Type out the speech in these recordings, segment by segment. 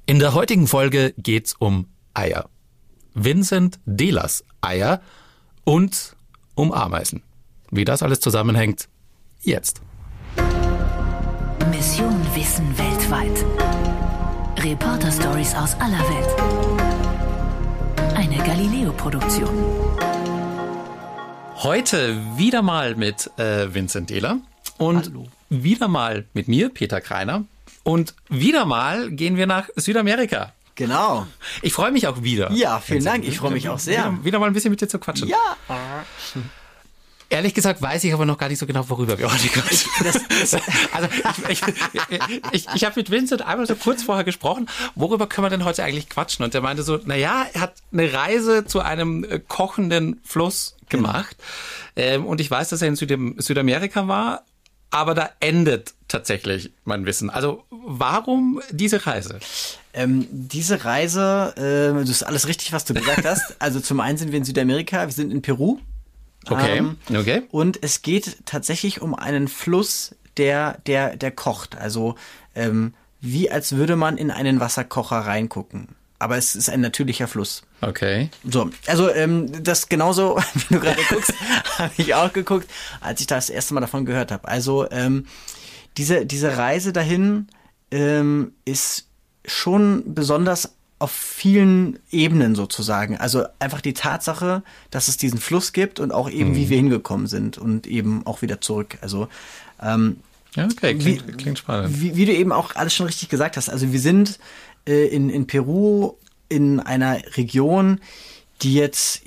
In der heutigen Folge geht's um Eier. Vincent Dehlers Eier und um Ameisen. Wie das alles zusammenhängt, jetzt. Mission Wissen weltweit. Reporter-Stories aus aller Welt. Eine Galileo-Produktion. Heute wieder mal mit Vincent Dehler und Hallo. Wieder mal mit mir, Peter Kreiner. Und wieder mal gehen wir nach Südamerika. Genau. Ich freue mich auch wieder. Ja, vielen Vincent. Dank. Ich freue mich auch sehr. Wieder mal ein bisschen mit dir zu quatschen. Ja. Ehrlich gesagt weiß ich aber noch gar nicht so genau, worüber wir heute quatschen. Ich habe mit Vincent einmal so kurz vorher gesprochen, worüber können wir denn heute eigentlich quatschen? Und er meinte so, naja, er hat eine Reise zu einem kochenden Fluss gemacht. Und ich weiß, dass er in Südamerika war, aber da endet tatsächlich mein Wissen. Also warum diese Reise? Diese Reise, das ist alles richtig, was du gesagt hast. Also zum einen sind wir in Südamerika, wir sind in Peru. Okay. Und es geht tatsächlich um einen Fluss, der kocht. Also wie als würde man in einen Wasserkocher reingucken. Aber es ist ein natürlicher Fluss. Okay. So, also das genauso, wie du gerade guckst, habe ich auch geguckt, als ich das erste Mal davon gehört habe. Also diese Reise dahin ist schon besonders auf vielen Ebenen sozusagen. Also einfach die Tatsache, dass es diesen Fluss gibt und auch eben, wie wir hingekommen sind und eben auch wieder zurück. Also Ja, okay, klingt spannend. wie du eben auch alles schon richtig gesagt hast. Also wir sind in Peru in einer Region, die jetzt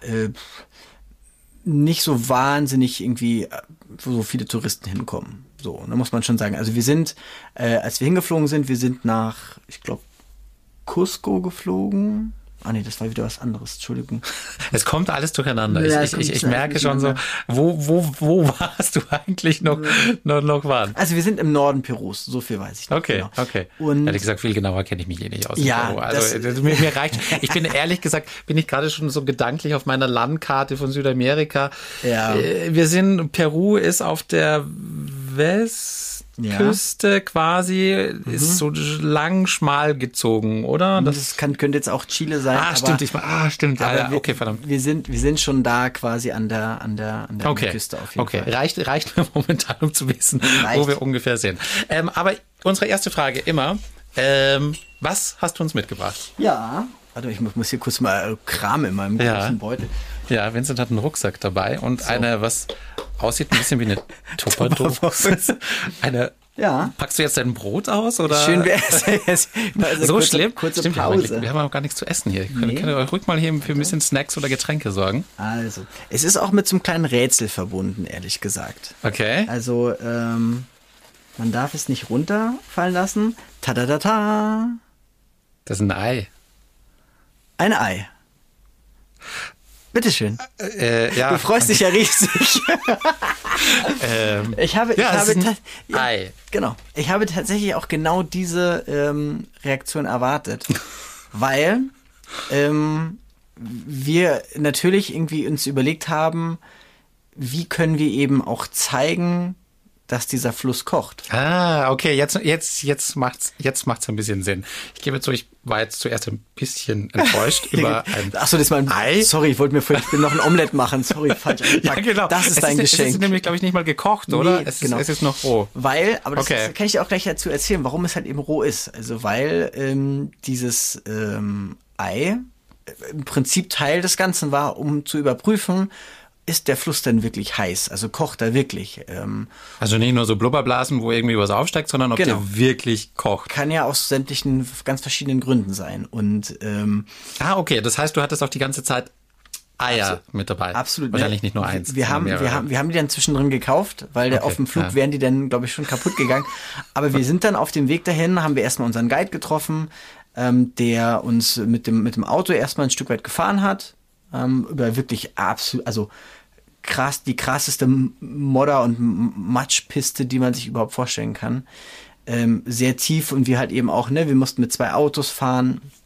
nicht so wahnsinnig irgendwie, wo so viele Touristen hinkommen. So, da muss man schon sagen. Also wir sind, als wir hingeflogen sind, wir sind nach, ich glaube, Cusco geflogen. Ah nee, das war wieder was anderes, Entschuldigung. Es kommt alles durcheinander. Ja, Ich merke schon so, wo warst du eigentlich noch waren? Also wir sind im Norden Perus, so viel weiß ich noch. Okay, genau. okay. Und ehrlich gesagt, viel genauer kenne ich mich nicht aus. Ja, Peru. Also mir reicht. Ich bin ehrlich gesagt, bin ich gerade schon so gedanklich auf meiner Landkarte von Südamerika. Ja. Peru ist auf der Westküste quasi, ist so lang schmal gezogen, oder? das könnte jetzt auch Chile sein. Stimmt. Okay, verdammt. Wir sind schon da quasi an der Küste auf jeden Fall. Reicht mir momentan, um zu wissen, wo wir ungefähr sind. Aber unsere erste Frage immer, was hast du uns mitgebracht? Ja. Warte, ich muss hier kurz mal kramen in meinem großen Beutel. Ja, Vincent hat einen Rucksack dabei und eine, was aussieht ein bisschen wie eine Tupperdose. Packst du jetzt dein Brot aus? Oder? Schön wär's. Also so schlimm? Kurze Stimmt, Pause. wir haben auch gar nichts zu essen hier. Könnt ihr euch ruhig mal hier für ein bisschen Snacks oder Getränke sorgen? Also, es ist auch mit so einem kleinen Rätsel verbunden, ehrlich gesagt. Okay. Also, man darf es nicht runterfallen lassen. Ta-da-da-ta. Das ist ein Ei. Ein Ei. Bitteschön. Ja. Du freust dich ja riesig. Ei. Genau. Ich habe tatsächlich auch genau diese Reaktion erwartet, weil wir natürlich irgendwie uns überlegt haben, wie können wir eben auch zeigen, dass dieser Fluss kocht. Ah, okay, jetzt macht's ein bisschen Sinn. Ich gebe zu, ich war jetzt zuerst ein bisschen enttäuscht über ein Achso, das ist mein Ei. Sorry, ich will noch ein Omelett machen. Sorry, falsch. Ja, genau. Das ist dein Geschenk. Es ist nämlich, glaube ich, nicht mal gekocht, oder? Nee, Es ist noch roh. Aber das kann ich dir auch gleich dazu erzählen, warum es halt eben roh ist. Also weil dieses Ei im Prinzip Teil des Ganzen war, um zu überprüfen, ist der Fluss denn wirklich heiß? Also kocht er wirklich? Also nicht nur so Blubberblasen, wo irgendwie was aufsteigt, sondern ob der wirklich kocht. Kann ja aus sämtlichen, ganz verschiedenen Gründen sein. Und okay. Das heißt, du hattest auch die ganze Zeit Eier mit dabei. Absolut. Wahrscheinlich nicht nur eins. Wir haben die dann zwischendrin gekauft, weil auf dem Flug wären die dann, glaube ich, schon kaputt gegangen. Aber wir sind dann auf dem Weg dahin, haben wir erstmal unseren Guide getroffen, der uns mit dem Auto erstmal ein Stück weit gefahren hat. Über wirklich absolut, also krass, die krasseste Modder- und Matschpiste, die man sich überhaupt vorstellen kann. Sehr tief und wir halt eben auch, wir mussten mit 2 Autos fahren.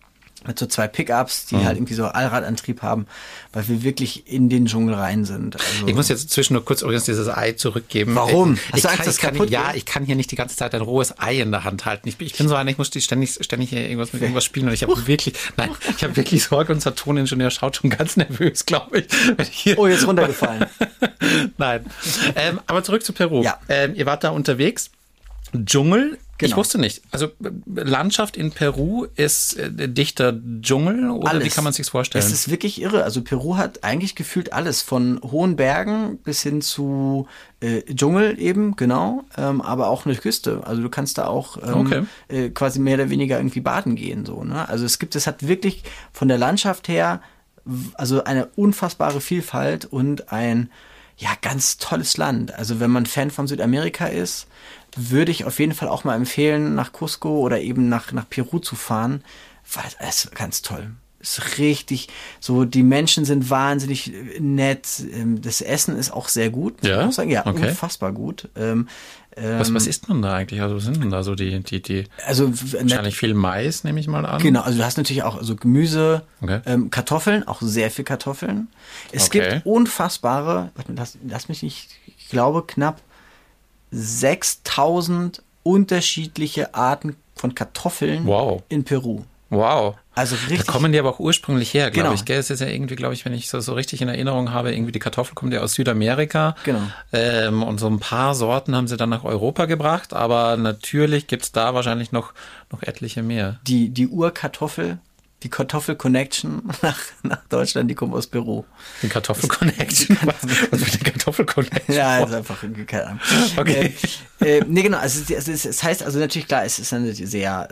mit so 2 Pickups, die halt irgendwie so Allradantrieb haben, weil wir wirklich in den Dschungel rein sind. Also Ich muss jetzt zwischendurch kurz übrigens dieses Ei zurückgeben. Warum? Ich Hast du Angst, dass kaputt geht? ich kann hier nicht die ganze Zeit ein rohes Ei in der Hand halten. Ich bin so einer, ich muss ständig hier irgendwas mit irgendwas spielen und ich habe wirklich Sorge, unser Toningenieur schaut schon ganz nervös, glaube ich. Wenn ich hier Oh, jetzt runtergefallen. Nein. Aber zurück zu Peru. Ja. Ihr wart da unterwegs. Dschungel. Genau. Ich wusste nicht. Also Landschaft in Peru ist dichter Dschungel oder Alles. wie kann man sich's vorstellen? Es ist wirklich irre. Also Peru hat eigentlich gefühlt alles, von hohen Bergen bis hin zu Dschungel eben, genau, aber auch eine Küste. Also du kannst da auch quasi mehr oder weniger irgendwie baden gehen. So, ne? Also es hat wirklich von der Landschaft her also eine unfassbare Vielfalt und ein ganz tolles Land. Also wenn man Fan von Südamerika ist, würde ich auf jeden Fall auch mal empfehlen, nach Cusco oder eben nach Peru zu fahren, weil es ist ganz toll. Es ist richtig, so die Menschen sind wahnsinnig nett, das Essen ist auch sehr gut, muss man sagen. Ja, okay. Unfassbar gut. Was isst man da eigentlich? Also was sind denn da so die also wahrscheinlich viel Mais, nehme ich mal an. Genau, also du hast natürlich auch so Gemüse, Okay. Kartoffeln, auch sehr viel Kartoffeln. Es Okay. gibt unfassbare, lass mich nicht, ich glaube knapp 6.000 unterschiedliche Arten von Kartoffeln in Peru. Wow. Also richtig. Da kommen die aber auch ursprünglich her, glaube Genau. ich. Gell? Es ist ja irgendwie, glaube ich, wenn ich so richtig in Erinnerung habe, irgendwie die Kartoffel kommt ja aus Südamerika. Genau. Und so ein paar Sorten haben sie dann nach Europa gebracht, aber natürlich gibt's da wahrscheinlich noch etliche mehr. Die Urkartoffel, die Kartoffel-Connection nach Deutschland, die kommt aus Peru. Die Kartoffel-Connection? Was für eine Kartoffel-Connection? Ja, ist einfach, keine Ahnung. Okay. Nee, genau, es heißt also natürlich, klar, es ist eine sehr,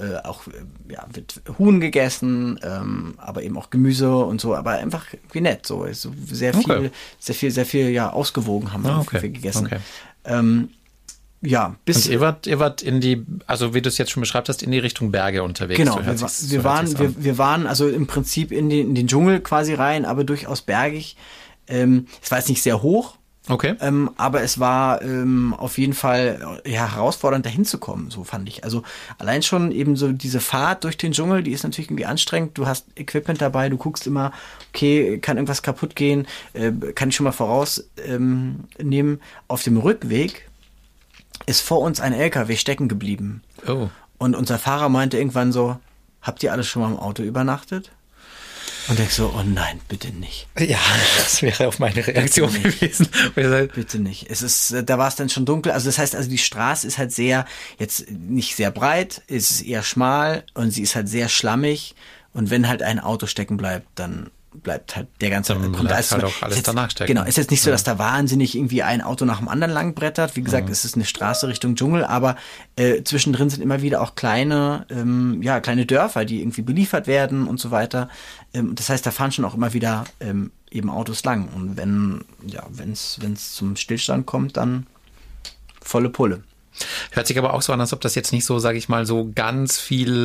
wird Huhn gegessen, aber eben auch Gemüse und so, aber einfach wie nett, so, ist so sehr viel, ja, ausgewogen haben wir viel gegessen. Okay. Ja, und ihr wart in die, also wie du es jetzt schon beschreibt hast, in die Richtung Berge unterwegs. Genau, So wir waren also im Prinzip in den Dschungel quasi rein, aber durchaus bergig. Es war jetzt nicht sehr hoch, Okay. aber es war auf jeden Fall herausfordernd, dahin zu kommen, so fand ich. Also allein schon eben so diese Fahrt durch den Dschungel, die ist natürlich irgendwie anstrengend. Du hast Equipment dabei, du guckst immer, okay, kann irgendwas kaputt gehen, kann ich schon mal vorausnehmen. Auf dem Rückweg ist vor uns ein LKW stecken geblieben. Oh. Und unser Fahrer meinte irgendwann so, habt ihr alles schon mal im Auto übernachtet? Und ich so, oh nein, bitte nicht. Ja, das wäre auch meine Reaktion gewesen. Bitte nicht. Da war es dann schon dunkel. Also das heißt, also die Straße ist halt jetzt nicht sehr breit, es ist eher schmal und sie ist halt sehr schlammig. Und wenn halt ein Auto stecken bleibt, dann bleibt halt der ganze auch alles danach stecken. Genau, ist jetzt nicht so, dass da wahnsinnig irgendwie ein Auto nach dem anderen lang brettert. Wie gesagt, es ist eine Straße Richtung Dschungel, aber zwischendrin sind immer wieder auch kleine Dörfer, die irgendwie beliefert werden und so weiter. Das heißt, da fahren schon auch immer wieder eben Autos lang. Und wenn's zum Stillstand kommt, dann volle Pulle. Hört sich aber auch so an, als ob das jetzt nicht so, sage ich mal, so ganz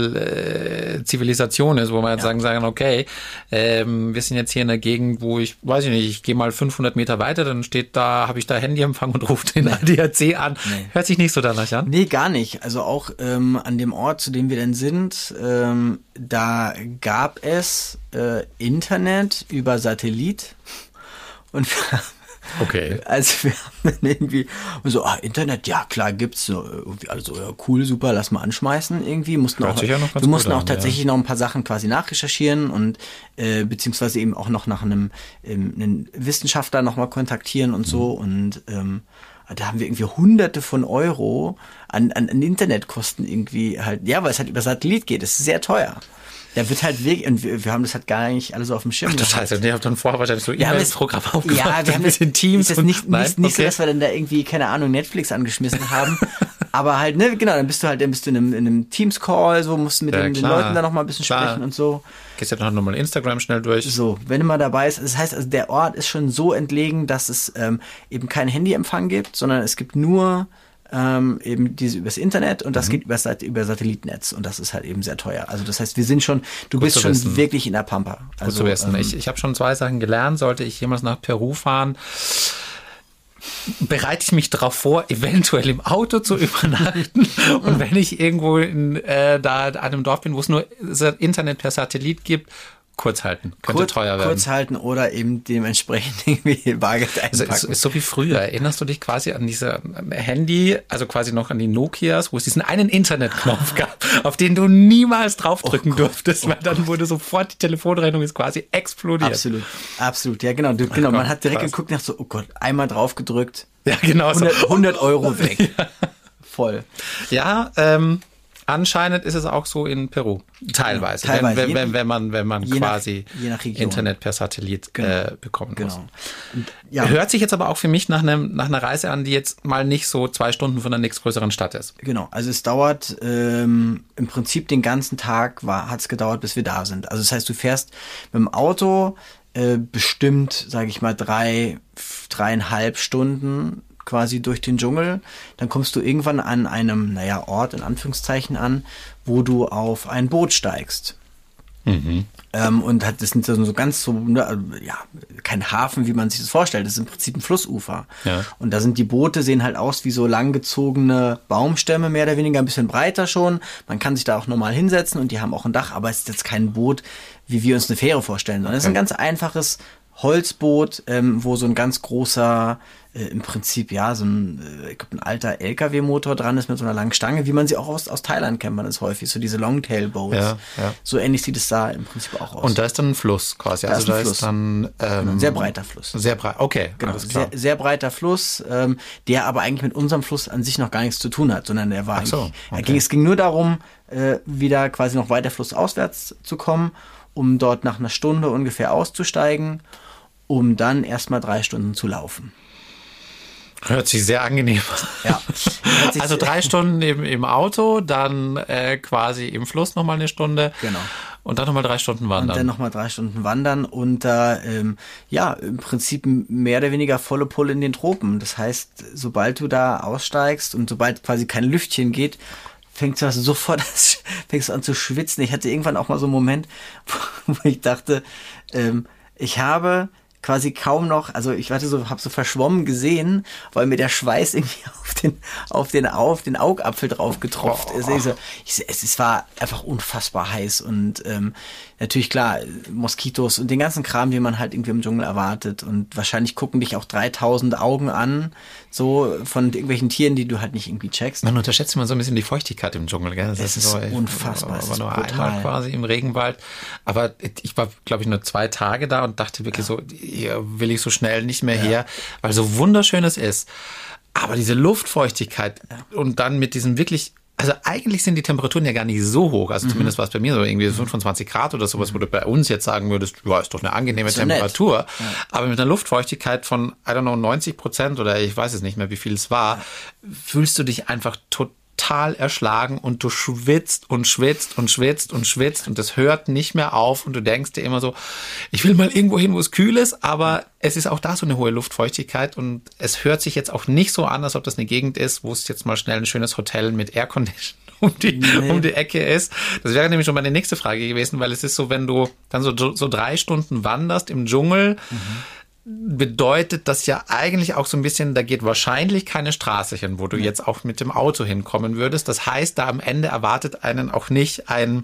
viel Zivilisation ist, wo man jetzt sagen, okay, wir sind jetzt hier in der Gegend, wo ich gehe mal 500 Meter weiter, dann habe ich da Handyempfang und rufe den ADAC an. Nee. Hört sich nicht so danach an? Nee, gar nicht. Also auch an dem Ort, zu dem wir denn sind, da gab es Internet über Satellit und okay. Also wir haben dann irgendwie so, Internet, ja klar gibt's so irgendwie, also ja, cool, super, lass mal anschmeißen irgendwie. Wir mussten auch tatsächlich noch ein paar Sachen quasi nachrecherchieren und beziehungsweise eben auch noch nach einem Wissenschaftler nochmal kontaktieren und so und da haben wir irgendwie Hunderte von Euro an Internetkosten irgendwie halt, ja, weil es halt über Satellit geht, das ist sehr teuer. Da wird halt und wir haben das halt gar nicht alle so auf dem Schirm. Ach du Scheiße, ihr habt dann vorher wahrscheinlich so E-Mail-Programm aufgemacht. Ja, wir haben ein bisschen Teams. Ist das nicht so, dass wir dann da irgendwie, keine Ahnung, Netflix angeschmissen haben. Aber halt, ne, genau, dann bist du in einem Teams-Call, so musst du mit den Leuten da noch mal ein bisschen sprechen und so. Gehst ja dann nochmal Instagram schnell durch. So, wenn du mal dabei ist, das heißt, also der Ort ist schon so entlegen, dass es eben keinen Handyempfang gibt, sondern es gibt nur eben diese übers Internet und das geht über Satellitennetz und das ist halt eben sehr teuer. Also das heißt, du bist schon wirklich in der Pampa. Also, gut zu wissen. Ich habe schon 2 Sachen gelernt, sollte ich jemals nach Peru fahren. bereite ich mich darauf vor, eventuell im Auto zu übernachten. Und wenn ich irgendwo da an einem Dorf bin, wo es nur Internet per Satellit gibt, kurz halten. Könnte teuer werden. Kurz halten oder eben dementsprechend irgendwie Bargeld einpacken. Also ist so wie früher. Erinnerst du dich quasi an diese Handy, also quasi noch an die Nokias, wo es diesen einen Internetknopf gab, auf den du niemals draufdrücken durftest, weil dann wurde sofort die Telefonrechnung ist quasi explodiert. Absolut. Ja, genau. Man hat direkt geguckt nach so, oh Gott, einmal drauf gedrückt. Ja, genau. 100 Euro weg. Ja. Voll. Ja, anscheinend ist es auch so in Peru. Teilweise. Wenn man quasi je nach Internet per Satellit bekommen muss. Genau. Ja. Hört sich jetzt aber auch für mich nach einer Reise an, die jetzt mal nicht so 2 Stunden von der nächstgrößeren Stadt ist. Genau. Also es dauert im Prinzip den ganzen Tag hat es gedauert, bis wir da sind. Also das heißt, du fährst mit dem Auto bestimmt, sage ich mal, 3,5 Stunden quasi durch den Dschungel, dann kommst du irgendwann an einem, Ort in Anführungszeichen an, wo du auf ein Boot steigst. Mhm. Und das sind so ganz kein Hafen, wie man sich das vorstellt. Das ist im Prinzip ein Flussufer. Ja. Und da sind die Boote, sehen halt aus wie so langgezogene Baumstämme, mehr oder weniger ein bisschen breiter schon. Man kann sich da auch normal hinsetzen und die haben auch ein Dach, aber es ist jetzt kein Boot, wie wir uns eine Fähre vorstellen, sondern es ist ein ganz einfaches Holzboot, wo so ein ganz großer, im Prinzip, so ein alter LKW-Motor dran ist mit so einer langen Stange, wie man sie auch aus Thailand kennt, man ist häufig, so diese Longtail-Boats. Ja. So ähnlich sieht es da im Prinzip auch aus. Und da ist dann ein Fluss quasi. Ist dann ein sehr breiter Fluss. Sehr breit, okay. Genau, sehr breiter Fluss, der aber eigentlich mit unserem Fluss an sich noch gar nichts zu tun hat, sondern der war es ging nur darum, wieder quasi noch weiter flussauswärts zu kommen, um dort nach einer Stunde ungefähr auszusteigen, um dann erstmal 3 Stunden zu laufen. Hört sich sehr angenehm an. Ja. Also 3 Stunden im Auto, dann quasi im Fluss nochmal eine Stunde. Genau. Und dann nochmal 3 Stunden wandern. Und dann nochmal 3 Stunden wandern und im Prinzip mehr oder weniger volle Pulle in den Tropen. Das heißt, sobald du da aussteigst und sobald quasi kein Lüftchen geht, fängst du an zu schwitzen. Ich hatte irgendwann auch mal so einen Moment, wo ich dachte, ich habe quasi kaum noch, also ich habe so verschwommen gesehen, weil mir der Schweiß irgendwie auf den Augapfel drauf getropft ist. Es war einfach unfassbar heiß und natürlich klar, Moskitos und den ganzen Kram, den man halt irgendwie im Dschungel erwartet und wahrscheinlich gucken dich auch 3000 Augen an, so von irgendwelchen Tieren, die du halt nicht irgendwie checkst. Man unterschätzt immer so ein bisschen die Feuchtigkeit im Dschungel, gell? Das ist so unfassbar. Aber nur einmal quasi im Regenwald. Aber ich war, glaube ich, nur 2 Tage da und dachte wirklich so, hier will ich so schnell nicht mehr her, weil so wunderschön es ist. Aber diese Luftfeuchtigkeit und dann mit diesem wirklich, also eigentlich sind die Temperaturen ja gar nicht so hoch. Also zumindest war es bei mir so irgendwie 25 Grad oder sowas, wo du bei uns jetzt sagen würdest, ja, ist doch eine angenehme Temperatur. Ja. Aber mit einer Luftfeuchtigkeit von, 90% oder ich weiß es nicht mehr, wie viel es war, fühlst du dich einfach total erschlagen und du schwitzt und schwitzt und schwitzt und schwitzt und das hört nicht mehr auf und du denkst dir immer so, ich will mal irgendwo hin, wo es kühl ist, aber es ist auch da so eine hohe Luftfeuchtigkeit und es hört sich jetzt auch nicht so an, als ob das eine Gegend ist, wo es jetzt mal schnell ein schönes Hotel mit Aircondition um die Ecke ist. Das wäre nämlich schon meine nächste Frage gewesen, weil es ist so, wenn du dann so 3 Stunden wanderst im Dschungel, bedeutet das ja eigentlich auch so ein bisschen, da geht wahrscheinlich keine Straße hin, wo du jetzt auch mit dem Auto hinkommen würdest. Das heißt, da am Ende erwartet einen auch nicht eine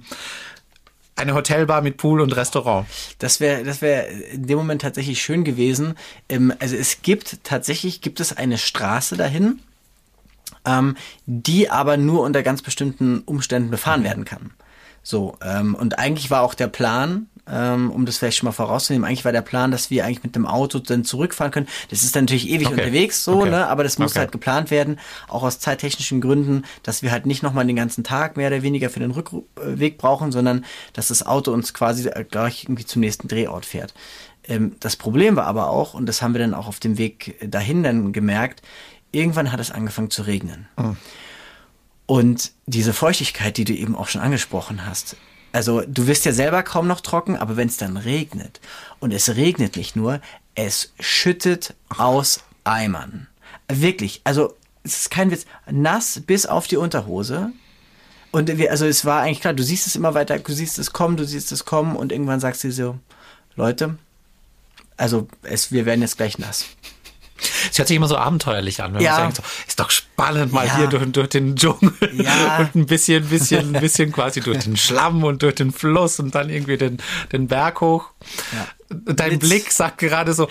Hotelbar mit Pool und Restaurant. Das wäre in dem Moment tatsächlich schön gewesen. Also es gibt eine Straße dahin, die aber nur unter ganz bestimmten Umständen befahren werden kann. So, und eigentlich war auch der Plan, um das vielleicht schon mal vorauszunehmen, eigentlich war der Plan, dass wir eigentlich mit dem Auto dann zurückfahren können. Das ist dann natürlich ewig unterwegs, ne? Aber das muss halt geplant werden, auch aus zeittechnischen Gründen, dass wir halt nicht nochmal den ganzen Tag mehr oder weniger für den Rückweg brauchen, sondern dass das Auto uns quasi gleich irgendwie zum nächsten Drehort fährt. Das Problem war aber auch, und das haben wir dann auch auf dem Weg dahin dann gemerkt, irgendwann hat es angefangen zu regnen. Und diese Feuchtigkeit, die du eben auch schon angesprochen hast, also du wirst ja selber kaum noch trocken, aber wenn es dann regnet, und es regnet nicht nur, es schüttet aus Eimern. Wirklich, also es ist kein Witz, nass bis auf die Unterhose. Und es war eigentlich klar, du siehst es immer weiter, du siehst es kommen und irgendwann sagst du so, Leute, also wir werden jetzt gleich nass. Es hört sich immer so abenteuerlich an, wenn Ja. man denkt, so, ist doch spannend, mal Ja. hier durch den Dschungel Ja. und ein bisschen quasi durch den Schlamm und durch den Fluss und dann irgendwie den Berg hoch. Ja. Dein Witz. Blick sagt gerade so,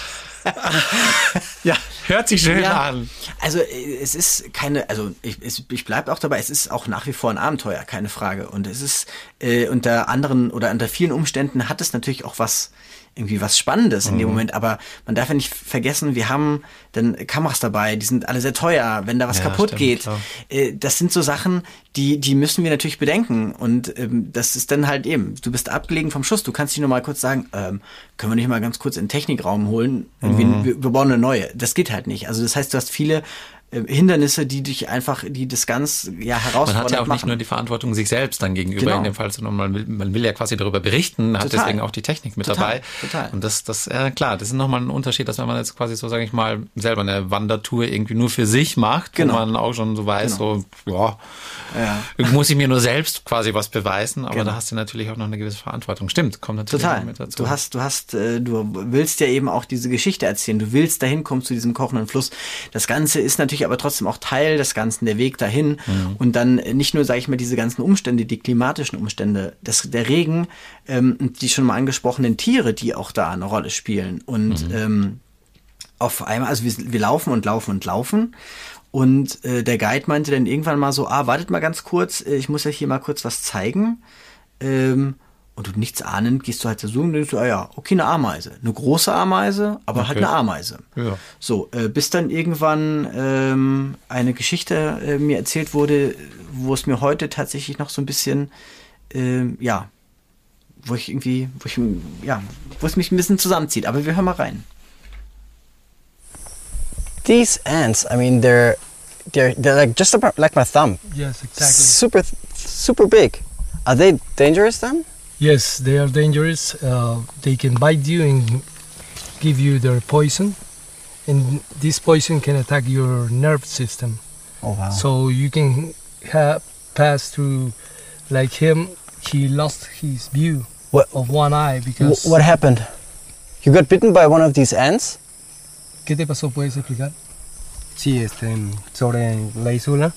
ja, hört sich schön Ja. an. Also es ist keine, also ich bleibe auch dabei, es ist auch nach wie vor ein Abenteuer, keine Frage. Und es ist unter anderen oder unter vielen Umständen hat es natürlich auch irgendwie was Spannendes in dem Moment, aber man darf ja nicht vergessen, wir haben dann Kameras dabei, die sind alle sehr teuer, wenn da was Ja, kaputt stimmt, geht. klar. Das sind so Sachen, die müssen wir natürlich bedenken und das ist dann halt eben, du bist abgelegen vom Schuss, du kannst dich nur mal kurz sagen, können wir nicht mal ganz kurz in den Technikraum holen, wir bauen eine neue. Das geht halt nicht. Also das heißt, du hast viele Hindernisse, die das ganz herausfordernd Man hat ja auch nicht machen. nur die Verantwortung sich selbst dann gegenüber Genau. in dem Fall, sondern man will ja quasi darüber berichten, hat Total. deswegen auch die Technik mit Total, dabei. total. Und das klar, das ist nochmal ein Unterschied, dass wenn man jetzt quasi so, sage ich mal, selber eine Wandertour irgendwie nur für sich macht, Genau. wo man auch schon so weiß, so, ja, Ja. muss ich mir nur selbst quasi was beweisen, aber Genau. da hast du natürlich auch noch eine gewisse Verantwortung. Stimmt, kommt natürlich Total. auch mit dazu. Du willst ja eben auch diese Geschichte erzählen. Du willst dahin kommen zu diesem kochenden Fluss. Das Ganze ist natürlich aber trotzdem auch Teil des Ganzen, der Weg dahin. Und dann nicht nur, sage ich mal, diese ganzen Umstände, die klimatischen Umstände, der Regen, die schon mal angesprochenen Tiere, die auch da eine Rolle spielen. Und auf einmal, also wir laufen und laufen und laufen. Und der Guide meinte dann irgendwann mal so, wartet mal ganz kurz, ich muss euch hier mal kurz was zeigen. Und du nichts ahnend, gehst du halt so und denkst du, okay, eine Ameise. Eine große Ameise, aber halt Okay. eine Ameise. Ja. So, bis dann irgendwann eine Geschichte mir erzählt wurde, wo es mir heute tatsächlich noch so ein bisschen, wo es mich ein bisschen zusammenzieht. Aber wir hören mal rein. These ants, I mean, they're like just about like my thumb. Yes, exactly. Super big. Are they dangerous then? Yes, they are dangerous. They can bite you and give you their poison, and this poison can attack your nerve system. Oh wow. So you can pass through, like him. He lost his view What- of one eye because. What happened? You got bitten by one of these ants? ¿Qué te pasó? ¿Puedes explicar? Sí, sobre la isla,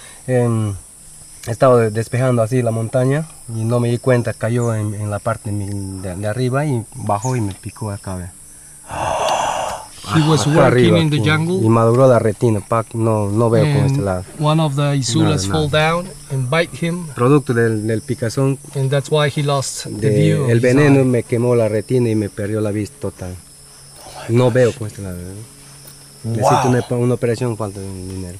estaba despejando así la montaña y no me di cuenta, cayó en la parte de arriba y bajó y me picó acá. Ve. He was Acá working arriba, in the aquí, jungle. y maduró la retina, no veo con este And lado. one of the isulas Nada, fall down and bite him, Producto del picazón, and that's why he lost the view. of el his veneno eye. me quemó la retina y me perdió la vista total. No veo con este lado. Necesito una operación, falta de dinero.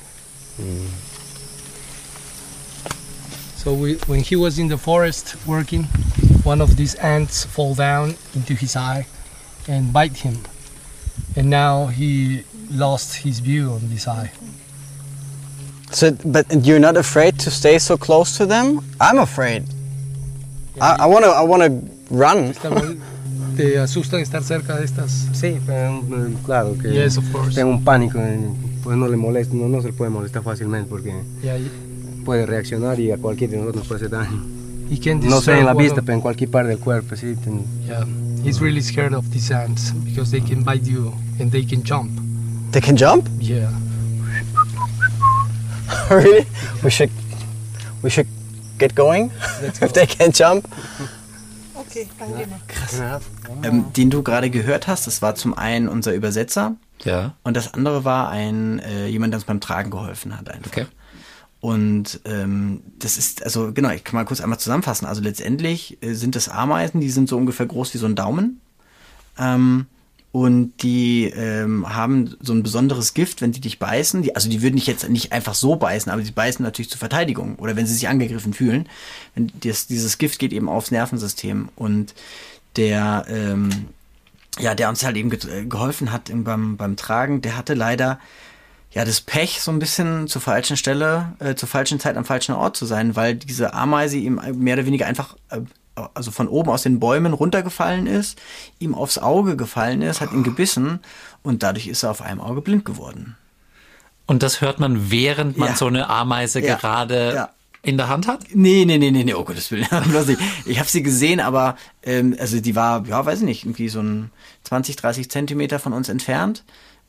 So when he was in the forest working, one of these ants fall down into his eye and bite him. And now he lost his view on this eye. So, but you're not afraid to stay so close to them? I'm afraid. I wanna run. ¿Te asustan estar cerca de estas? Sí, pero, claro que Yes, of course. tengo un pánico, pues no le molesta, no se le puede molestar fácilmente porque Yeah, puede reaccionar y a cualquiera de nosotros nos puede hacer daño. he can No sé en la disturb one vista, of- pero en cualquier parte del cuerpo, sí. Yeah, he's really scared of these ants because they can bite you and they can jump. They can jump? Yeah. Really? We should get going if they can jump. Den du gerade gehört hast, das war zum einen unser Übersetzer Ja. und das andere war jemand, der uns beim Tragen geholfen hat einfach. Okay. Und das ist, also genau, ich kann mal kurz einmal zusammenfassen. Also letztendlich sind das Ameisen, die sind so ungefähr groß wie so ein Daumen. Und die haben so ein besonderes Gift, wenn die dich beißen. Die würden dich jetzt nicht einfach so beißen, aber sie beißen natürlich zur Verteidigung oder wenn sie sich angegriffen fühlen. Dieses Gift geht eben aufs Nervensystem. Und der uns halt eben geholfen hat beim Tragen, der hatte leider das Pech, so ein bisschen zur falschen Stelle, zur falschen Zeit am falschen Ort zu sein, weil diese Ameise ihm mehr oder weniger einfach also von oben aus den Bäumen runtergefallen ist, ihm aufs Auge gefallen ist, hat ihn gebissen und dadurch ist er auf einem Auge blind geworden. Und das hört man, während man Ja. so eine Ameise Ja. gerade Ja. in der Hand hat? Nee, oh Gottes Willen, bloß nicht. Ich habe sie gesehen, aber also die war, weiß ich nicht, irgendwie so ein 20, 30 Zentimeter von uns entfernt.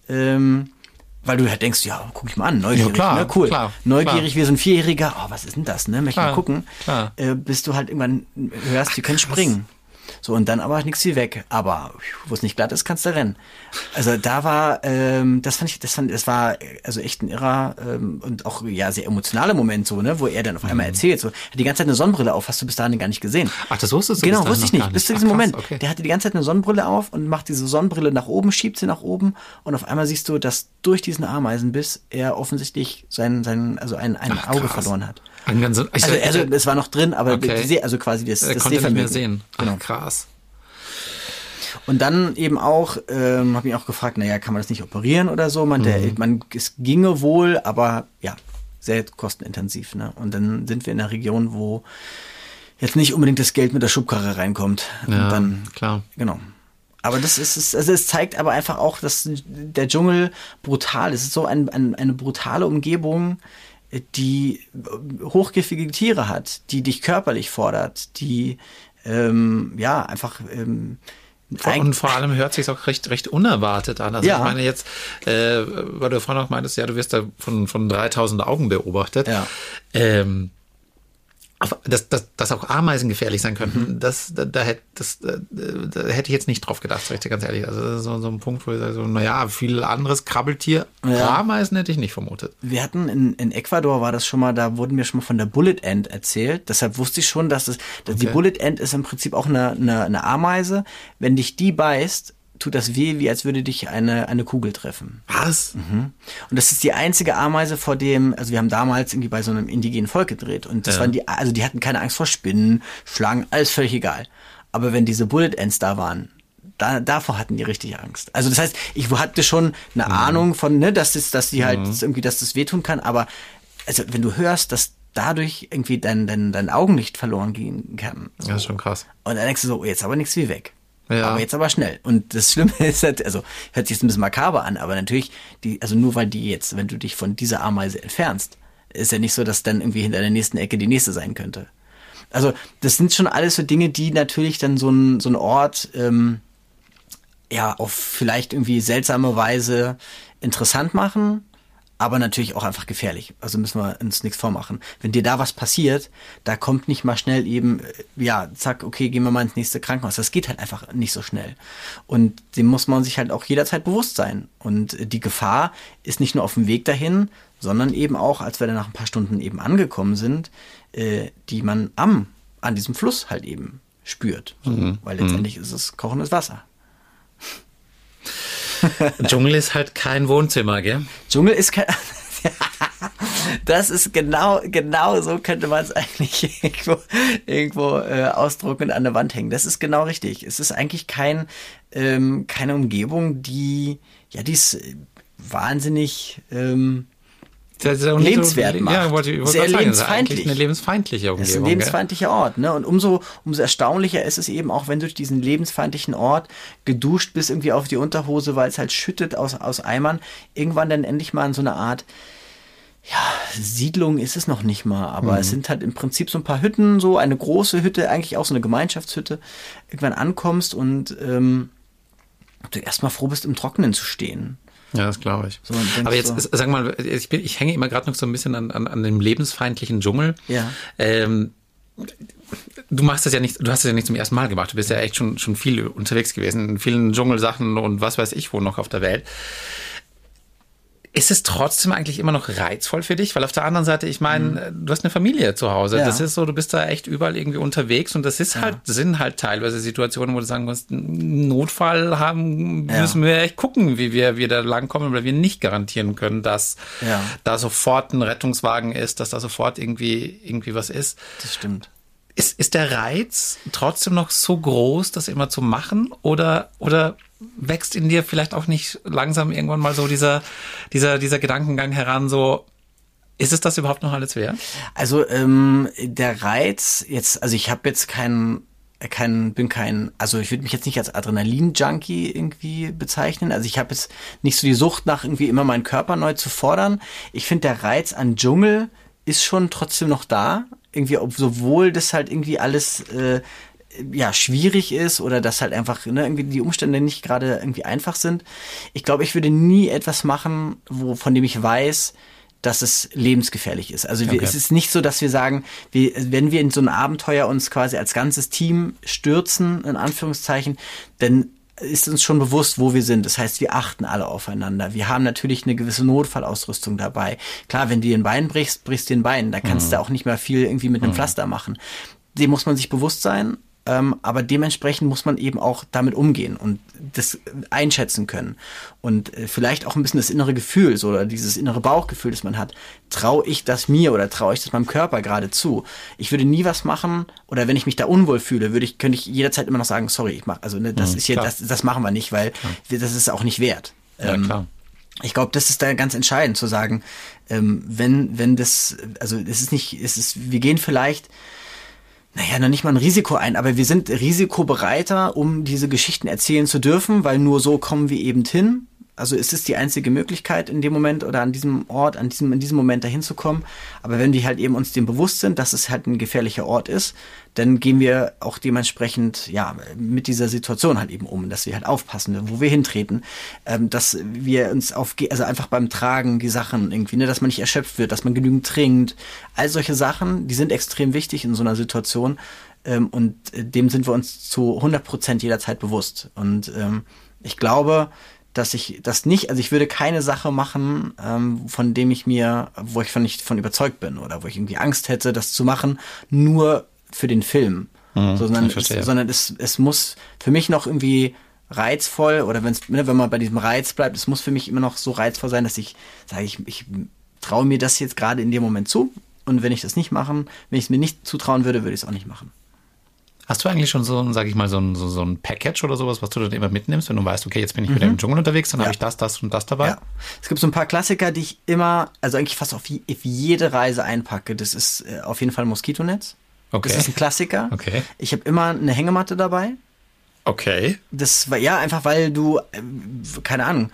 weil du halt denkst, ja, guck ich mal an, neugierig, Ja, klar, ne? Cool. klar, Neugierig klar. wie so ein Vierjähriger, oh, was ist denn das, ne? Möchte mal Klar, gucken. klar. Bis du halt irgendwann hörst, die können krass. springen. So, und dann aber nichts wie weg. Aber wo es nicht glatt ist, kannst du rennen. Also da war, das war also echt ein irrer und auch ja sehr emotionaler Moment so, ne, wo er dann auf einmal erzählt, so, hat die ganze Zeit eine Sonnenbrille auf, hast du bis dahin gar nicht gesehen. Ach, das wusstest du Genau, bis dahin wusste ich noch gar nicht. Bis zu Ach, diesem krass, Moment. okay. Der hatte die ganze Zeit eine Sonnenbrille auf und macht diese Sonnenbrille nach oben, schiebt sie nach oben und auf einmal siehst du, dass durch diesen Ameisenbiss er offensichtlich ein Auge krass. verloren hat. Also, Also es war noch drin, aber Okay. also quasi das er konnte nicht mehr Sehvermögen. sehen. Genau. Ach, krass. Und dann eben auch, habe ich auch gefragt, naja, kann man das nicht operieren oder so? Es ginge wohl, aber ja, sehr kostenintensiv. Ne? Und dann sind wir in einer Region, wo jetzt nicht unbedingt das Geld mit der Schubkarre reinkommt. Ja, Und dann, klar. genau. Aber es zeigt aber einfach auch, dass der Dschungel brutal ist. Es ist so eine brutale Umgebung, die hochgiftige Tiere hat, die dich körperlich fordert, die einfach Und vor allem hört sich auch recht unerwartet an. Also Ja. ich meine jetzt, weil du vorhin auch meintest, ja, du wirst da von 3000 Augen beobachtet. Ja. Dass auch Ameisen gefährlich sein könnten, da hätte ich jetzt nicht drauf gedacht, sag ich dir ganz ehrlich. Also das ist so ein Punkt, wo ich sage, so, naja, viel anderes Krabbeltier, Ja. Ameisen hätte ich nicht vermutet. Wir hatten in Ecuador war das schon mal, da wurden mir schon mal von der Bullet Ant erzählt. Deshalb wusste ich schon, dass die Okay. Bullet Ant ist im Prinzip auch eine Ameise. Wenn dich die beißt, tut das weh, wie als würde dich eine Kugel treffen. Was? Und das ist die einzige Ameise, vor dem, also wir haben damals irgendwie bei so einem indigenen Volk gedreht und das Ja. waren die hatten keine Angst vor Spinnen, Schlangen, alles völlig egal. Aber wenn diese Bullet Ants da waren, davor hatten die richtig Angst. Also das heißt, ich hatte schon eine Ahnung von, ne, dass die halt irgendwie, dass das wehtun kann, aber also wenn du hörst, dass dadurch irgendwie dein Augenlicht verloren gehen kann. So. Das ist schon krass. Und dann denkst du so, jetzt aber nichts wie weg. Ja. Aber jetzt aber schnell. Und das Schlimme ist halt, also hört sich jetzt ein bisschen makaber an, aber natürlich, nur weil wenn du dich von dieser Ameise entfernst, ist ja nicht so, dass dann irgendwie hinter der nächsten Ecke die nächste sein könnte. Also das sind schon alles so Dinge, die natürlich dann so ein Ort auf vielleicht irgendwie seltsame Weise interessant machen, aber natürlich auch einfach gefährlich. Also müssen wir uns nichts vormachen. Wenn dir da was passiert, da kommt nicht mal schnell eben, zack, okay, gehen wir mal ins nächste Krankenhaus. Das geht halt einfach nicht so schnell. Und dem muss man sich halt auch jederzeit bewusst sein. Und die Gefahr ist nicht nur auf dem Weg dahin, sondern eben auch, als wir dann nach ein paar Stunden eben angekommen sind, die man an diesem Fluss halt eben spürt. So, weil letztendlich ist es kochendes Wasser. Dschungel ist halt kein Wohnzimmer, gell? Dschungel ist kein... Das ist genau so könnte man es eigentlich irgendwo ausdrucken und an der Wand hängen. Das ist genau richtig. Es ist eigentlich keine Umgebung, die ist wahnsinnig Das ist auch lebenswert so, macht. Ja, wollte Sehr gerade sagen, das ist lebensfeindlich. eigentlich eine lebensfeindliche Umgebung. Es ist ein lebensfeindlicher Ort, ne? Und umso erstaunlicher ist es eben auch, wenn du durch diesen lebensfeindlichen Ort geduscht bist, irgendwie auf die Unterhose, weil es halt schüttet aus Eimern, irgendwann dann endlich mal in so eine Art, Siedlung ist es noch nicht mal, aber es sind halt im Prinzip so ein paar Hütten, so eine große Hütte, eigentlich auch so eine Gemeinschaftshütte, irgendwann ankommst und du erstmal froh bist, im Trockenen zu stehen. Ja, das glaube ich. So, und denkst Aber jetzt, so- sag mal, ich hänge immer gerade noch so ein bisschen an dem lebensfeindlichen Dschungel. Ja. Du machst das ja nicht, du hast das ja nicht zum ersten Mal gemacht. Du bist ja echt schon viel unterwegs gewesen, in vielen Dschungelsachen und was weiß ich wo noch auf der Welt. Ist es trotzdem eigentlich immer noch reizvoll für dich? Weil auf der anderen Seite, ich meine, du hast eine Familie zu Hause. Ja. Das ist so, du bist da echt überall irgendwie unterwegs und das ist sind halt teilweise Situationen, wo du sagen musst, einen Notfall müssen wir echt gucken, wie wir da langkommen, weil wir nicht garantieren können, dass da sofort ein Rettungswagen ist, dass da sofort irgendwie was ist. Das stimmt. Ist der Reiz trotzdem noch so groß, das immer zu machen? Oder wächst in dir vielleicht auch nicht langsam irgendwann mal so dieser Gedankengang heran, so, ist es das überhaupt noch alles wert? Also der Reiz jetzt, also ich habe jetzt also ich würde mich jetzt nicht als Adrenalin-Junkie irgendwie bezeichnen. Also ich habe jetzt nicht so die Sucht nach irgendwie immer meinen Körper neu zu fordern. Ich finde, der Reiz an Dschungel ist schon trotzdem noch da. Irgendwie, sowohl das halt irgendwie alles schwierig ist oder dass halt einfach irgendwie die Umstände nicht gerade irgendwie einfach sind. Ich glaube, ich würde nie etwas machen, von dem ich weiß, dass es lebensgefährlich ist. Also es ist nicht so, dass wir sagen, wenn wir in so ein Abenteuer uns quasi als ganzes Team stürzen, in Anführungszeichen, dann ist uns schon bewusst, wo wir sind. Das heißt, wir achten alle aufeinander. Wir haben natürlich eine gewisse Notfallausrüstung dabei. Klar, wenn du dir ein Bein brichst du dir ein Bein. Da kannst du auch nicht mehr viel irgendwie mit einem Pflaster machen. Dem muss man sich bewusst sein. Aber dementsprechend muss man eben auch damit umgehen und das einschätzen können. Und vielleicht auch ein bisschen das innere Gefühl, so, oder dieses innere Bauchgefühl, das man hat. Traue ich das mir oder traue ich das meinem Körper gerade zu? Ich würde nie was machen, oder wenn ich mich da unwohl fühle, könnte ich jederzeit immer noch sagen, sorry, das machen wir nicht, weil das ist auch nicht wert. Ja, klar. Ich glaube, das ist da ganz entscheidend zu sagen, wenn das, also wir gehen vielleicht noch nicht mal ein Risiko ein, aber wir sind risikobereiter, um diese Geschichten erzählen zu dürfen, weil nur so kommen wir eben hin. Also ist es die einzige Möglichkeit in dem Moment oder an diesem Ort, in diesem Moment dahin zu kommen. Aber wenn wir halt eben uns dem bewusst sind, dass es halt ein gefährlicher Ort ist, dann gehen wir auch dementsprechend mit dieser Situation halt eben um, dass wir halt aufpassen, wo wir hintreten, dass wir uns also einfach beim Tragen die Sachen irgendwie, dass man nicht erschöpft wird, dass man genügend trinkt. All solche Sachen, die sind extrem wichtig in so einer Situation, und dem sind wir uns zu 100% jederzeit bewusst. Und ich glaube, dass ich das nicht, also ich würde keine Sache machen, wo ich nicht von überzeugt bin oder wo ich irgendwie Angst hätte, das zu machen, nur für den Film. Sondern es muss für mich noch irgendwie reizvoll, oder wenn man bei diesem Reiz bleibt, es muss für mich immer noch so reizvoll sein, dass ich sage, ich traue mir das jetzt gerade in dem Moment zu, und wenn ich das nicht machen, wenn ich es mir nicht zutrauen würde, würde ich es auch nicht machen. Hast du eigentlich schon so ein Package oder sowas, was du dann immer mitnimmst, wenn du weißt, okay, jetzt bin ich wieder im Dschungel unterwegs, dann habe ich das und das dabei? Ja. Es gibt so ein paar Klassiker, die ich immer, also eigentlich fast auf jede Reise einpacke. Das ist auf jeden Fall ein Moskitonetz. Okay. Das ist ein Klassiker. Okay. Ich habe immer eine Hängematte dabei. Okay. Das war einfach, weil du, keine Ahnung,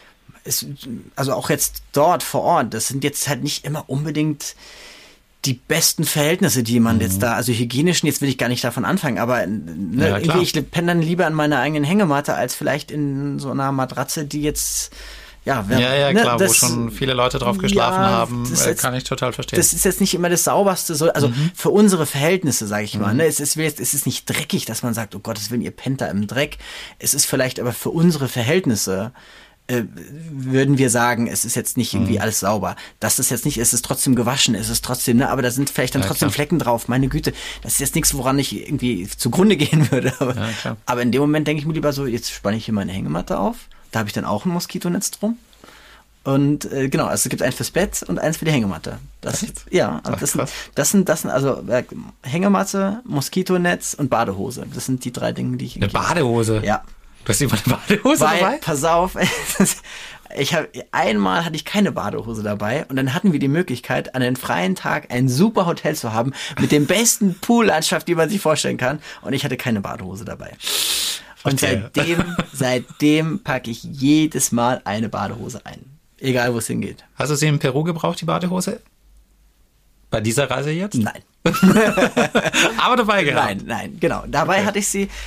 also auch jetzt dort vor Ort, das sind jetzt halt nicht immer unbedingt die besten Verhältnisse, die man jetzt da, also hygienischen, jetzt will ich gar nicht davon anfangen, aber irgendwie, ich penne dann lieber an meiner eigenen Hängematte, als vielleicht in so einer Matratze, die jetzt, klar, wo schon viele Leute drauf geschlafen haben, kann ich total verstehen. Das ist jetzt nicht immer das Sauberste, für unsere Verhältnisse, sage ich mal. Es ist nicht dreckig, dass man sagt, oh Gottes Willen, ihr pennt da im Dreck. Es ist vielleicht aber für unsere Verhältnisse, würden wir sagen, es ist jetzt nicht irgendwie alles sauber. Das ist jetzt nicht, es ist trotzdem gewaschen, es ist trotzdem, aber da sind vielleicht dann trotzdem Flecken drauf. Meine Güte, das ist jetzt nichts, woran ich irgendwie zugrunde gehen würde. Aber in dem Moment denke ich mir lieber so, jetzt spanne ich hier meine Hängematte auf. Da habe ich dann auch ein Moskitonetz drum. Und also es gibt eins fürs Bett und eins für die Hängematte. Das sind also Hängematte, Moskitonetz und Badehose. Das sind die 3 Dinge, die ich... Eine Badehose? Ja. Du hast immer eine Badehose dabei? Pass auf, einmal hatte ich keine Badehose dabei, und dann hatten wir die Möglichkeit, an einem freien Tag ein super Hotel zu haben, mit dem besten Poollandschaft, die man sich vorstellen kann, und ich hatte keine Badehose dabei. Und seitdem packe ich jedes Mal eine Badehose ein. Egal, wo es hingeht. Hast du sie in Peru gebraucht, die Badehose? Bei dieser Reise jetzt? Nein. Aber dabei gehabt? Nein, genau. Dabei hatte ich sie,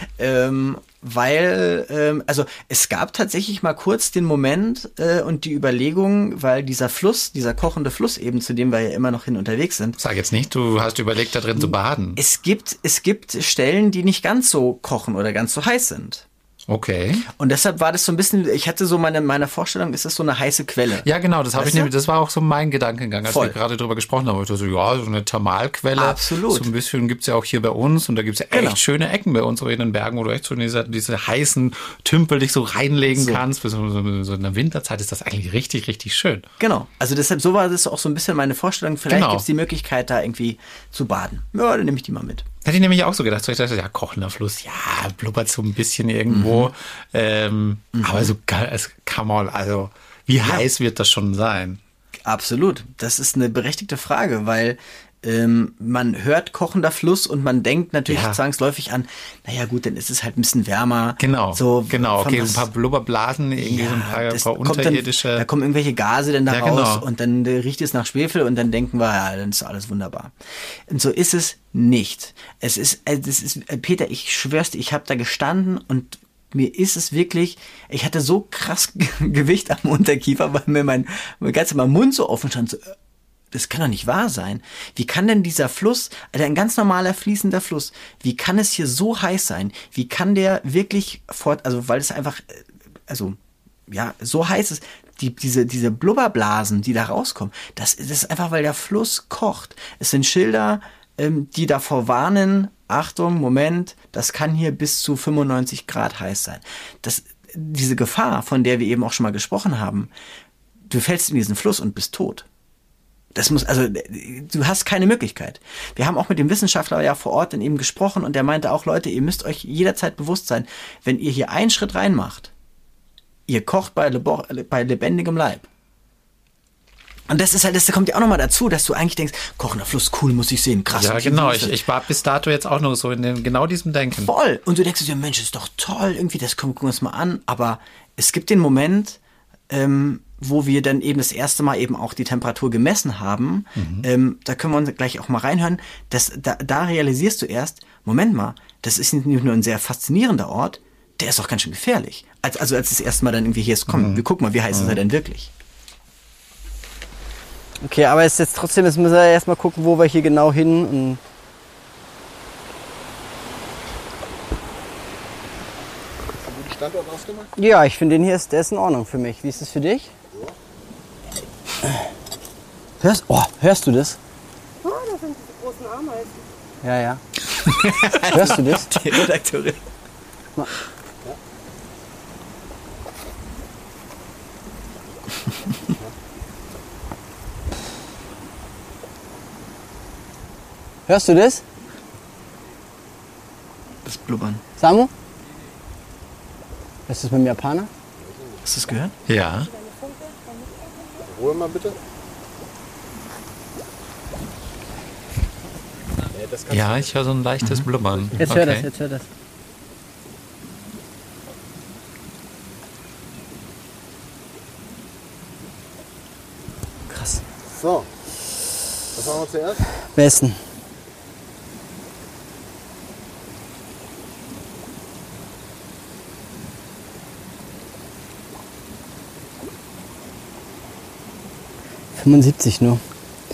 weil, also es gab tatsächlich mal kurz den Moment und die Überlegung, weil dieser kochende Fluss eben, zu dem wir ja immer noch hin unterwegs sind. Sag jetzt nicht, du hast überlegt, da drin zu baden. Es gibt Stellen, die nicht ganz so kochen oder ganz so heiß sind. Okay. Und deshalb war das so ein bisschen, ich hatte so meine Vorstellung, ist das so eine heiße Quelle. Ja, genau, das war auch so mein Gedankengang, als wir gerade drüber gesprochen haben. Ich dachte so, so eine Thermalquelle. Absolut. So ein bisschen gibt's ja auch hier bei uns, und da gibt's ja echt schöne Ecken bei uns, so in den Bergen, wo du echt so diese heißen Tümpel dich so reinlegen kannst. So in der Winterzeit ist das eigentlich richtig, richtig schön. Genau. Also deshalb, so war das auch so ein bisschen meine Vorstellung. Vielleicht gibt's die Möglichkeit, da irgendwie zu baden. Ja, dann nehme ich die mal mit. Hätte ich nämlich auch so gedacht. So ich dachte, ja, kochender Fluss, ja, blubbert so ein bisschen irgendwo. Aber so geil, also wie heiß wird das schon sein? Absolut. Das ist eine berechtigte Frage, weil Man hört kochender Fluss und man denkt natürlich zwangsläufig an, naja gut, dann ist es halt ein bisschen wärmer. Genau, so genau. Okay, ein paar Blubberblasen, irgendwie so ein paar unterirdische. Da kommen irgendwelche Gase dann da raus und dann riecht es nach Schwefel und dann denken wir, ja, dann ist alles wunderbar. Und so ist es nicht. Das ist, Peter, ich schwör's dir, ich habe da gestanden und mir ist es wirklich, ich hatte so krass Gewicht am Unterkiefer, weil mir mein ganzer Mund so offen stand, so, das kann doch nicht wahr sein. Wie kann denn dieser Fluss, also ein ganz normaler fließender Fluss, wie kann es hier so heiß sein? Wie kann der wirklich also weil es einfach, so heiß ist, diese Blubberblasen, die da rauskommen, das ist einfach, weil der Fluss kocht. Es sind Schilder, die davor warnen, Achtung, Moment, das kann hier bis zu 95 Grad heiß sein. Diese Gefahr, von der wir eben auch schon mal gesprochen haben, du fällst in diesen Fluss und bist tot. Du hast keine Möglichkeit. Wir haben auch mit dem Wissenschaftler ja vor Ort dann eben gesprochen und der meinte auch, Leute, ihr müsst euch jederzeit bewusst sein, wenn ihr hier einen Schritt reinmacht, ihr kocht bei lebendigem Leib. Und das kommt ja auch nochmal dazu, dass du eigentlich denkst, kochender Fluss, cool, muss ich sehen, krass. Ja, genau, ich war bis dato jetzt auch noch so in genau diesem Denken. Voll. Und du denkst dir, Mensch, ist doch toll, irgendwie, das gucken wir uns mal an. Aber es gibt den Moment, wo wir dann eben das erste Mal eben auch die Temperatur gemessen haben, da können wir uns gleich auch mal reinhören, da realisierst du erst, Moment mal, das ist nicht nur ein sehr faszinierender Ort, der ist auch ganz schön gefährlich. Als das erste Mal dann irgendwie hier ist, komm, wir gucken mal, wie heiß ist er denn wirklich? Okay, aber jetzt trotzdem, jetzt müssen wir erstmal gucken, wo wir hier genau hin und Standort ausgemacht? ja, ich finde der ist in Ordnung für mich. Wie ist es für dich? Hörst du das? Oh, das sind diese großen Ameisen. Ja. Hörst du das? Die Redakteurin. Ja. Hörst du das? Das Blubbern. Samu? Ist das mit dem Japaner? Hast du es gehört? Ja. Ruhe mal bitte. Ja, ich höre so ein leichtes Blubbern. Jetzt hör das. Krass. So. Was machen wir zuerst? Besten. ...75 nur.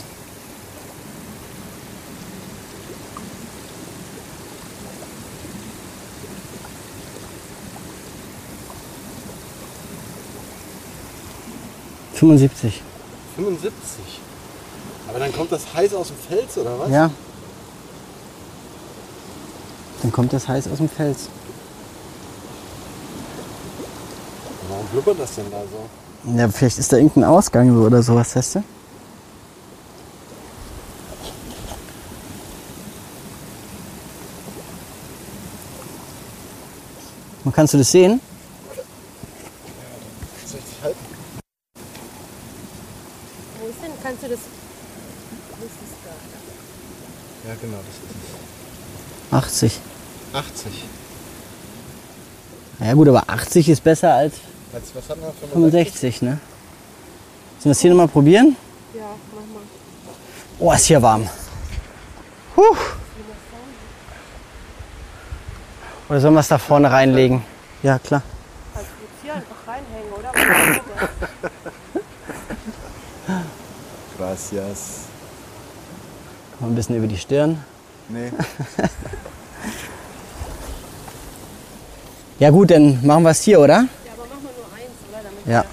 ...75. 75. Aber dann kommt das heiß aus dem Fels, oder was? Ja. Dann kommt das heiß aus dem Fels. Warum blubbert das denn da so? Ja, vielleicht ist da irgendein Ausgang so oder sowas, weißt du? Und kannst du das sehen? Soll ich dich halten? Wo ist denn? Kannst du das? Wo ist das da? Ja, genau, das ist 80. es. 80. Ja gut, aber 80 ist besser als Was hatten wir? 65, ne? Sollen wir es hier nochmal probieren? Ja, mach mal. Oh, ist hier warm. Oder sollen wir es da vorne reinlegen? Ja, klar. Kannst du jetzt hier einfach reinhängen, oder? Gracias. Mal ein bisschen über die Stirn. Nee. Ja gut, dann machen wir es hier, oder? Ja, aber mach mal nur eins, oder? Damit Ja.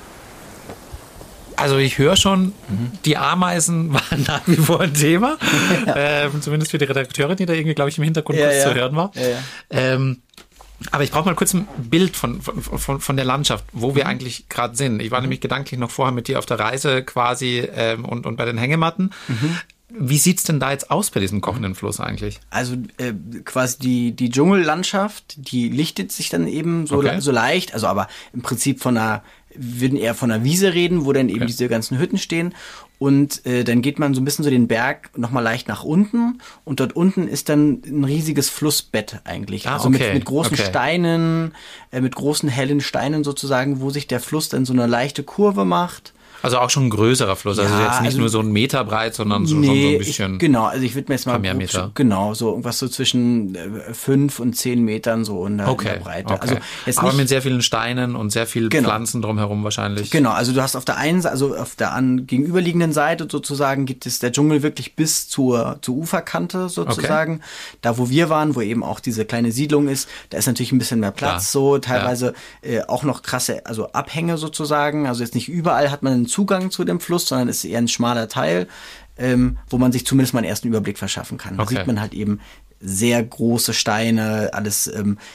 Also ich höre schon, die Ameisen waren nach wie vor ein Thema. Zumindest für die Redakteurin, die da irgendwie, glaube ich, im Hintergrund kurz zu hören war. Aber ich brauche mal kurz ein Bild von der Landschaft, wo wir eigentlich gerade sind. Ich war nämlich gedanklich noch vorher mit dir auf der Reise quasi und bei den Hängematten. Wie sieht's denn da jetzt aus bei diesem kochenden Fluss eigentlich? Also quasi die Dschungellandschaft, die lichtet sich dann eben so leicht, also aber im Prinzip von einer würden eher von einer Wiese reden, wo dann eben diese ganzen Hütten stehen. Und dann geht man so ein bisschen so den Berg nochmal leicht nach unten. Und dort unten ist dann ein riesiges Flussbett eigentlich. Also mit großen Steinen, mit großen hellen Steinen sozusagen, wo sich der Fluss dann so eine leichte Kurve macht. Also auch schon ein größerer Fluss, also jetzt nicht nur so 1 Meter breit, sondern schon so ein bisschen. Also ich würde mir jetzt mal mehr Meter. So irgendwas so zwischen 5 und 10 Metern so in der Breite. Okay. Also jetzt aber nicht, mit sehr vielen Steinen und sehr vielen Pflanzen drumherum wahrscheinlich. Genau, also du hast auf der einen Seite, also auf der gegenüberliegenden Seite sozusagen gibt es der Dschungel wirklich bis zur Uferkante sozusagen. Da wo wir waren, wo eben auch diese kleine Siedlung ist, da ist natürlich ein bisschen mehr Platz, so teilweise auch noch krasse, also Abhänge sozusagen. Also jetzt nicht überall hat man einen Zugang zu dem Fluss, sondern es ist eher ein schmaler Teil, wo man sich zumindest mal einen ersten Überblick verschaffen kann. Da sieht man halt eben sehr große Steine, alles,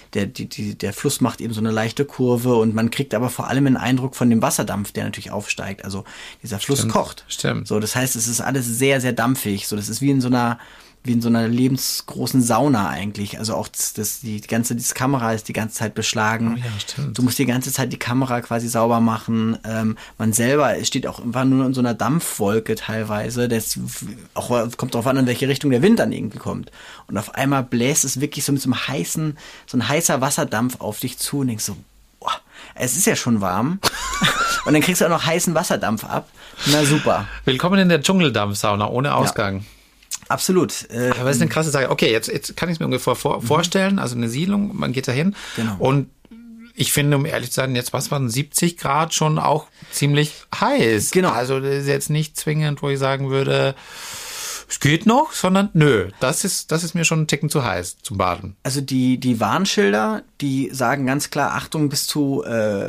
der Fluss macht eben so eine leichte Kurve und man kriegt aber vor allem einen Eindruck von dem Wasserdampf, der natürlich aufsteigt. Also dieser Fluss kocht. Stimmt. So, das heißt, es ist alles sehr, sehr dampfig. So, das ist wie in so einer lebensgroßen Sauna eigentlich. Also auch die Kamera ist die ganze Zeit beschlagen. Oh ja, stimmt. Du musst die ganze Zeit die Kamera quasi sauber machen. Man selber steht auch einfach nur in so einer Dampfwolke teilweise. Das auch kommt darauf an, in welche Richtung der Wind dann irgendwie kommt. Und auf einmal bläst es wirklich so mit so ein heißer Wasserdampf auf dich zu und denkst so, boah, es ist ja schon warm. Und dann kriegst du auch noch heißen Wasserdampf ab. Na super. Willkommen in der Dschungeldampfsauna ohne Ausgang. Ja. Absolut. Aber das ist eine krasse Sache. Okay, jetzt kann ich es mir ungefähr vorstellen. Also eine Siedlung, man geht da hin. Genau. Und ich finde, um ehrlich zu sein, jetzt was waren 70 Grad schon auch ziemlich heiß. Genau. Also das ist jetzt nicht zwingend, wo ich sagen würde, es geht noch, sondern nö, das ist mir schon ein Ticken zu heiß zum Baden. Also die Warnschilder, die sagen ganz klar, Achtung bis zu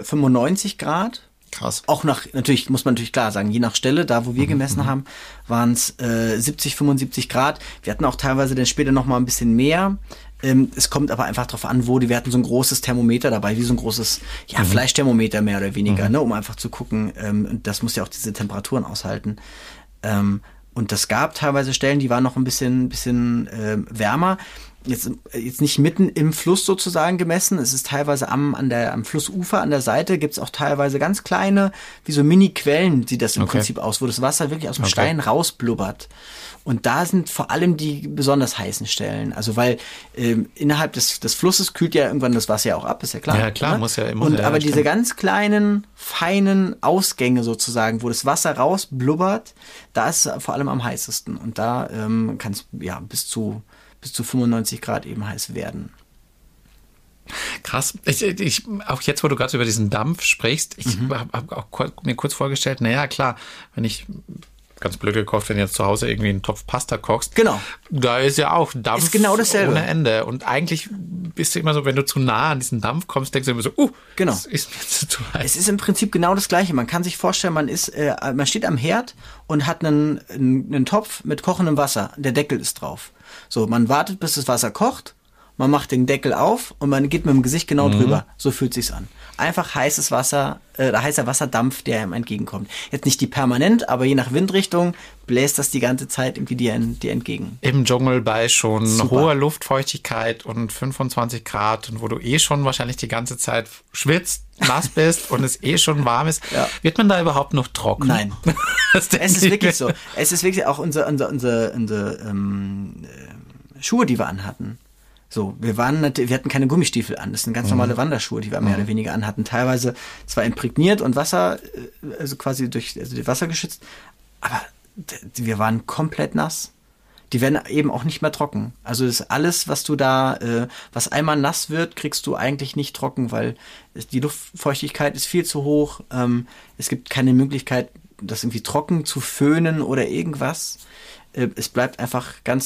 95 Grad. Krass. Auch natürlich muss man natürlich klar sagen, je nach Stelle, da wo wir gemessen haben, waren es 70, 75 Grad. Wir hatten auch teilweise dann später noch mal ein bisschen mehr. Es kommt aber einfach drauf an, wir hatten so ein großes Thermometer dabei, wie so ein großes Fleischthermometer mehr oder weniger, ne, um einfach zu gucken. Und das muss ja auch diese Temperaturen aushalten. Und das gab teilweise Stellen, die waren noch ein bisschen wärmer. Jetzt nicht mitten im Fluss sozusagen gemessen. Es ist teilweise am Flussufer, an der Seite gibt's auch teilweise ganz kleine, wie so Mini-Quellen sieht das im Prinzip aus, wo das Wasser wirklich aus dem Stein rausblubbert. Und da sind vor allem die besonders heißen Stellen. Also weil innerhalb des Flusses kühlt ja irgendwann das Wasser ja auch ab, ist ja klar. Ja klar, muss ja immer. Aber diese ganz kleinen, feinen Ausgänge sozusagen, wo das Wasser rausblubbert, da ist es vor allem am heißesten. Und da kann es bis zu 95 Grad eben heiß werden. Krass. Ich auch jetzt, wo du gerade über diesen Dampf sprichst, ich habe auch mir kurz vorgestellt, naja, klar, wenn ich ganz blöd gekocht, wenn du jetzt zu Hause irgendwie einen Topf Pasta kochst. Genau. Da ist ja auch Dampf ist genau dasselbe. Ohne Ende. Und eigentlich bist du immer so, wenn du zu nah an diesen Dampf kommst, denkst du immer so, genau. Das ist mir zu heiß. Es ist im Prinzip genau das Gleiche. Man kann sich vorstellen, man steht am Herd und hat einen Topf mit kochendem Wasser. Der Deckel ist drauf. So, man wartet, bis das Wasser kocht. Man macht den Deckel auf und man geht mit dem Gesicht genau drüber. So fühlt sich's an. Einfach heißes Wasser, heißer Wasserdampf, der einem entgegenkommt. Jetzt nicht die permanent, aber je nach Windrichtung bläst das die ganze Zeit irgendwie dir entgegen. Im Dschungel bei schon hoher Luftfeuchtigkeit und 25 Grad und wo du schon wahrscheinlich die ganze Zeit schwitzt, nass bist und es schon warm ist. Ja. Wird man da überhaupt noch trocken? Nein. Es ist wirklich so. Es ist wirklich auch unsere Schuhe, die wir anhatten. So, wir hatten keine Gummistiefel an. Das sind ganz normale Wanderschuhe, die wir mehr oder weniger anhatten. Teilweise zwar imprägniert und Wasser, also quasi durch Wasser geschützt, aber wir waren komplett nass. Die werden eben auch nicht mehr trocken. Also das ist alles, was du da, was einmal nass wird, kriegst du eigentlich nicht trocken, weil die Luftfeuchtigkeit ist viel zu hoch. Es gibt keine Möglichkeit, das irgendwie trocken zu föhnen oder irgendwas. Es bleibt einfach ganz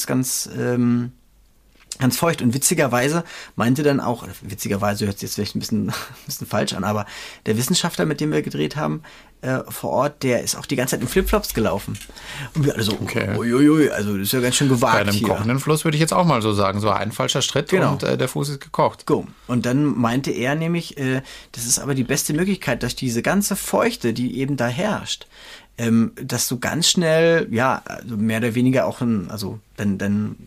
feucht. Und witzigerweise meinte dann auch, witzigerweise hört sich jetzt vielleicht ein bisschen falsch an, aber der Wissenschaftler, mit dem wir gedreht haben, vor Ort, der ist auch die ganze Zeit in Flipflops gelaufen. Und wir alle so, uiuiui, also das ist ja ganz schön gewagt. Bei einem kochenden Fluss würde ich jetzt auch mal so sagen, so ein falscher Schritt und der Fuß ist gekocht. Go. Und dann meinte er nämlich, das ist aber die beste Möglichkeit, durch diese ganze Feuchte, die eben da herrscht, dass du ganz schnell, also mehr oder weniger auch dann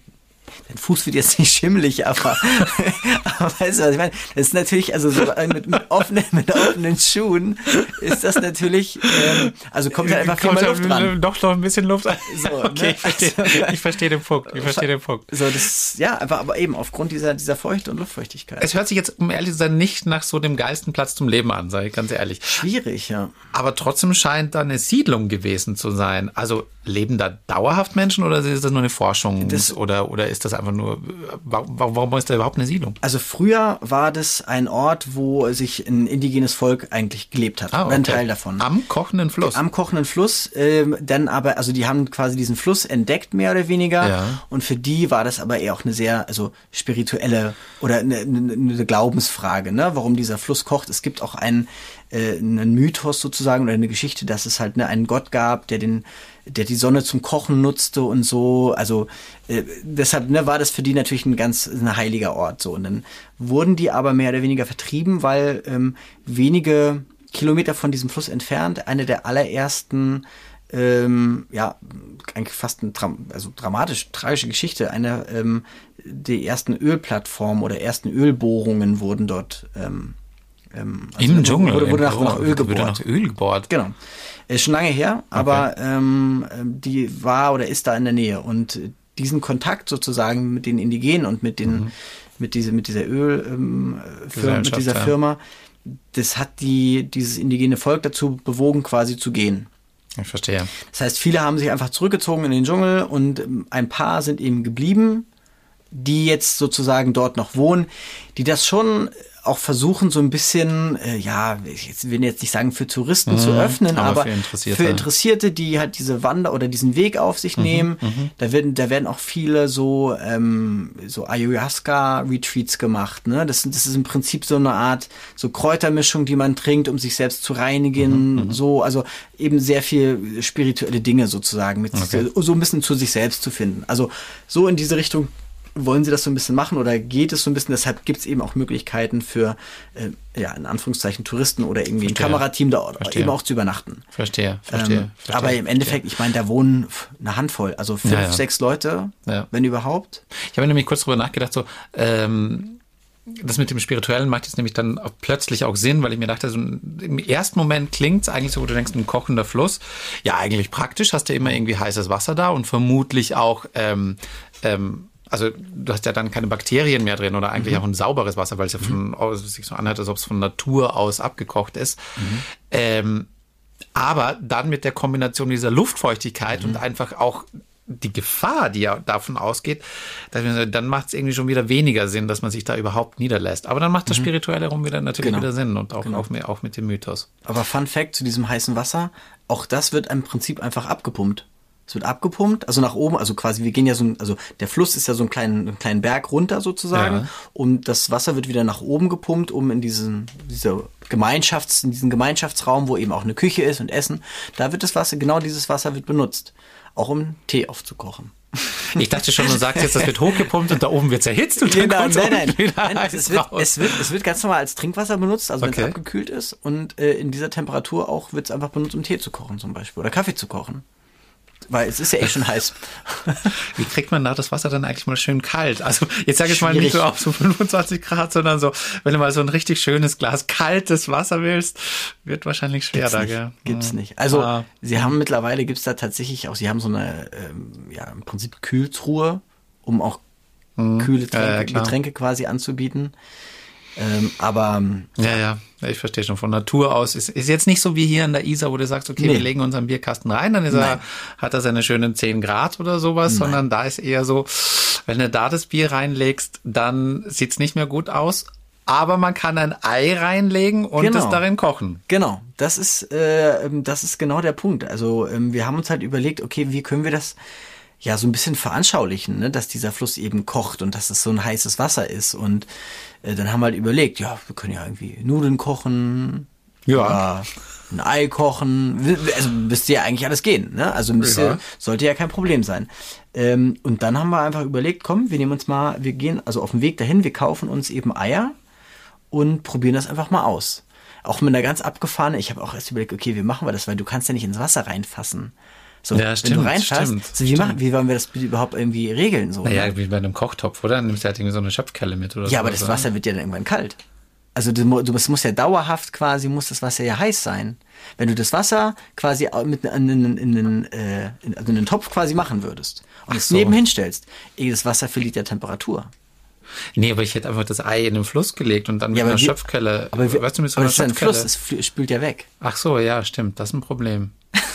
dein Fuß wird jetzt nicht schimmelig, aber weißt du, was ich meine? Das ist natürlich, also so mit offenen Schuhen ist das natürlich, also kommt halt einfach viel mehr Luft dran. Doch noch ein bisschen Luft. So, okay, ne? ich verstehe den Punkt. So, das, ja, aber eben aufgrund dieser Feuchte und Luftfeuchtigkeit. Es hört sich jetzt, um ehrlich zu sein, nicht nach so dem geilsten Platz zum Leben an, sage ich ganz ehrlich. Schwierig, ja. Aber trotzdem scheint da eine Siedlung gewesen zu sein. Also leben da dauerhaft Menschen oder ist das nur eine Forschung? Oder ist das einfach nur, warum ist da überhaupt eine Siedlung? Also früher war das ein Ort, wo sich ein indigenes Volk eigentlich gelebt hat. Okay. Ein Teil davon. Am kochenden Fluss? Am kochenden Fluss. Dann aber, also die haben quasi diesen Fluss entdeckt, mehr oder weniger. Ja. Und für die war das aber eher auch eine sehr, also spirituelle oder eine Glaubensfrage, ne? Warum dieser Fluss kocht. Es gibt auch einen Mythos sozusagen oder eine Geschichte, dass es halt einen Gott gab, der die Sonne zum Kochen nutzte und so. Also deshalb war das für die natürlich ein heiliger Ort. So. Und dann wurden die aber mehr oder weniger vertrieben, weil wenige Kilometer von diesem Fluss entfernt eine der allerersten eigentlich fast eine tragische Geschichte. Die ersten Ölplattformen oder ersten Ölbohrungen wurden dort im Dschungel wurde nach Öl gebohrt. Wurde nach Öl gebohrt. Genau. Ist schon lange her, aber die war oder ist da in der Nähe. Und diesen Kontakt sozusagen mit den Indigenen und mit dieser Firma, das hat dieses indigene Volk dazu bewogen, quasi zu gehen. Ich verstehe. Das heißt, viele haben sich einfach zurückgezogen in den Dschungel und ein paar sind eben geblieben, die jetzt sozusagen dort noch wohnen, die das schon auch versuchen, so ein bisschen, ich will jetzt nicht sagen für Touristen zu öffnen, aber für Interessierte, die halt diese oder diesen Weg auf sich nehmen. Da werden auch viele so Ayahuasca-Retreats gemacht. Ne? Das ist im Prinzip so eine Art so Kräutermischung, die man trinkt, um sich selbst zu reinigen. So, also eben sehr viel spirituelle Dinge sozusagen, so ein bisschen zu sich selbst zu finden. Also so in diese Richtung wollen sie das so ein bisschen machen oder geht es so ein bisschen, deshalb gibt es eben auch Möglichkeiten für, in Anführungszeichen Touristen oder irgendwie ein Kamerateam da eben auch zu übernachten. Verstehe. Aber im Endeffekt, ich meine, da wohnen eine Handvoll, also 5, 6 Leute, wenn überhaupt. Ich habe nämlich kurz drüber nachgedacht, so, das mit dem Spirituellen macht jetzt nämlich dann auch plötzlich auch Sinn, weil ich mir dachte, so im ersten Moment klingt es eigentlich so, wo du denkst, ein kochender Fluss. Ja, eigentlich praktisch, hast du immer irgendwie heißes Wasser da und vermutlich auch, also du hast ja dann keine Bakterien mehr drin oder eigentlich auch ein sauberes Wasser, weil es ja sich so anhört, als ob es von Natur aus abgekocht ist. Aber dann mit der Kombination dieser Luftfeuchtigkeit und einfach auch die Gefahr, die ja davon ausgeht, dann macht es irgendwie schon wieder weniger Sinn, dass man sich da überhaupt niederlässt. Aber dann macht das Spirituelle rum natürlich wieder Sinn und auch mit dem Mythos. Aber Fun Fact zu diesem heißen Wasser, auch das wird im Prinzip einfach abgepumpt. Es wird abgepumpt, also nach oben, also quasi wir gehen ja also der Fluss ist ja so einen kleinen Berg runter sozusagen und das Wasser wird wieder nach oben gepumpt, um in diesen Gemeinschaftsraum, wo eben auch eine Küche ist und Essen, da wird dieses Wasser wird benutzt, auch um Tee aufzukochen. Ich dachte schon, du sagst jetzt, das wird hochgepumpt und da oben wird es erhitzt und dann kommt es wird ganz normal als Trinkwasser benutzt, also wenn es abgekühlt ist und in dieser Temperatur auch wird es einfach benutzt, um Tee zu kochen zum Beispiel oder Kaffee zu kochen. Weil es ist ja echt schon heiß. Wie kriegt man da das Wasser dann eigentlich mal schön kalt? Also jetzt sage ich mal nicht so auf so 25 Grad, sondern so, wenn du mal so ein richtig schönes Glas kaltes Wasser willst, wird wahrscheinlich schwer da. Gibt's nicht. Also mittlerweile gibt's da tatsächlich auch, sie haben so eine im Prinzip Kühltruhe, um auch kühle Getränke quasi anzubieten. Aber ich verstehe schon. Von Natur aus ist jetzt nicht so wie hier an der Isar, wo du sagst, okay, wir legen unseren Bierkasten rein, dann hat er seine schönen 10 Grad oder sowas, sondern da ist eher so, wenn du da das Bier reinlegst, dann sieht's nicht mehr gut aus, aber man kann ein Ei reinlegen und es darin kochen. Genau, das ist genau der Punkt. Also wir haben uns halt überlegt, okay, wie können wir das so ein bisschen veranschaulichen, ne, dass dieser Fluss eben kocht und dass es so ein heißes Wasser ist. Und dann haben wir halt überlegt, wir können ja irgendwie Nudeln kochen, ein Ei kochen, also müsste ja eigentlich alles gehen, ne? Also sollte ja kein Problem sein. Und dann haben wir einfach überlegt, komm, wir gehen also auf dem Weg dahin, wir kaufen uns eben Eier und probieren das einfach mal aus. Auch mit einer ganz abgefahrenen, ich habe auch erst überlegt, okay, wie machen wir das, weil du kannst ja nicht ins Wasser reinfassen. So, Ja, wenn stimmt, du reinfasst, stimmt, so wie wollen wir das bitte überhaupt irgendwie regeln? So, Naja, ne? wie bei einem Kochtopf, oder? Dann nimmst du halt irgendwie so eine Schöpfkelle mit oder so. Ja, aber das Wasser wird ja dann irgendwann kalt. Also es muss ja dauerhaft quasi, muss das Wasser ja heiß sein. Wenn du das Wasser quasi in einen Topf quasi machen würdest und es nebenhin stellst, das Wasser verliert ja Temperatur. Nee, aber ich hätte einfach das Ei in den Fluss gelegt und dann mit einer Schöpfkelle. Aber weißt du, mit so aber einer das ist ja ein Schöpfkelle. Fluss, es spült ja weg. Ach so, ja, stimmt. Das ist ein Problem.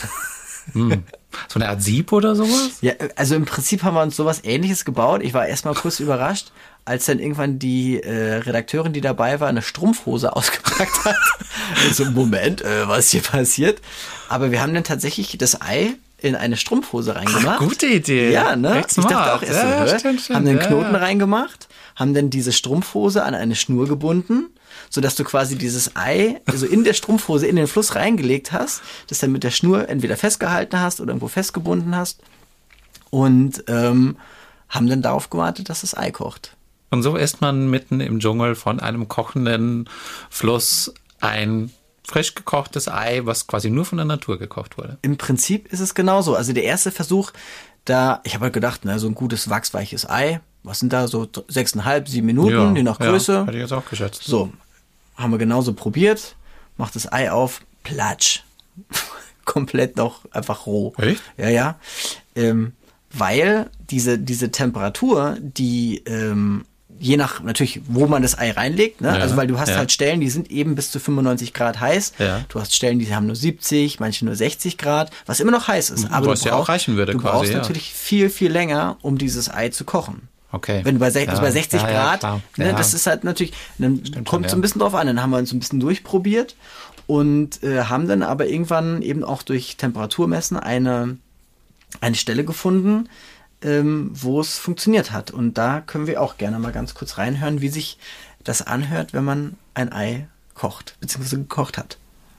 So eine Art Sieb oder sowas? Ja, also im Prinzip haben wir uns sowas Ähnliches gebaut. Ich war erstmal kurz überrascht, als dann irgendwann die Redakteurin, die dabei war, eine Strumpfhose ausgepackt hat. So, Moment, was hier passiert? Aber wir haben dann tatsächlich das Ei in eine Strumpfhose reingemacht. Ach, gute Idee. Ja, ne? Echt Ich dachte auch erst, ja, stimmt, haben den ja. Knoten reingemacht, haben dann diese Strumpfhose an eine Schnur gebunden, sodass du quasi dieses Ei also in der Strumpfhose in den Fluss reingelegt hast, das dann mit der Schnur entweder festgehalten hast oder irgendwo festgebunden hast und haben dann darauf gewartet, dass das Ei kocht. Und so isst man mitten im Dschungel von einem kochenden Fluss ein frisch gekochtes Ei, was quasi nur von der Natur gekocht wurde. Im Prinzip ist es genauso. Also der erste Versuch, ich habe halt gedacht, ne, so ein gutes wachsweiches Ei, was sind da so 6,5, 7 Minuten, je nach Größe. Ja, hätte ich jetzt auch geschätzt. So, haben wir genauso probiert, macht das Ei auf, platsch. Komplett noch einfach roh. Echt? Ja. Weil diese Temperatur, die je nach natürlich, wo man das Ei reinlegt, ne? Ja, Also weil du hast ja. halt Stellen, die sind eben bis zu 95 Grad heiß. Ja. Du hast Stellen, die haben nur 70, manche nur 60 Grad, was immer noch heiß ist. Aber Was ja auch reichen würde du quasi, brauchst ja. natürlich viel, viel länger, um dieses Ei zu kochen. Okay. Wenn du bei 60 Ja, Grad, klar. ne, Ja. das ist halt natürlich, dann Stimmt kommt schon, so ein bisschen drauf an. Dann haben wir uns ein bisschen durchprobiert und haben dann aber irgendwann eben auch durch Temperaturmessen eine Stelle gefunden, wo es funktioniert hat. Und da können wir auch gerne mal ganz kurz reinhören, wie sich das anhört, wenn man ein Ei kocht, beziehungsweise gekocht hat.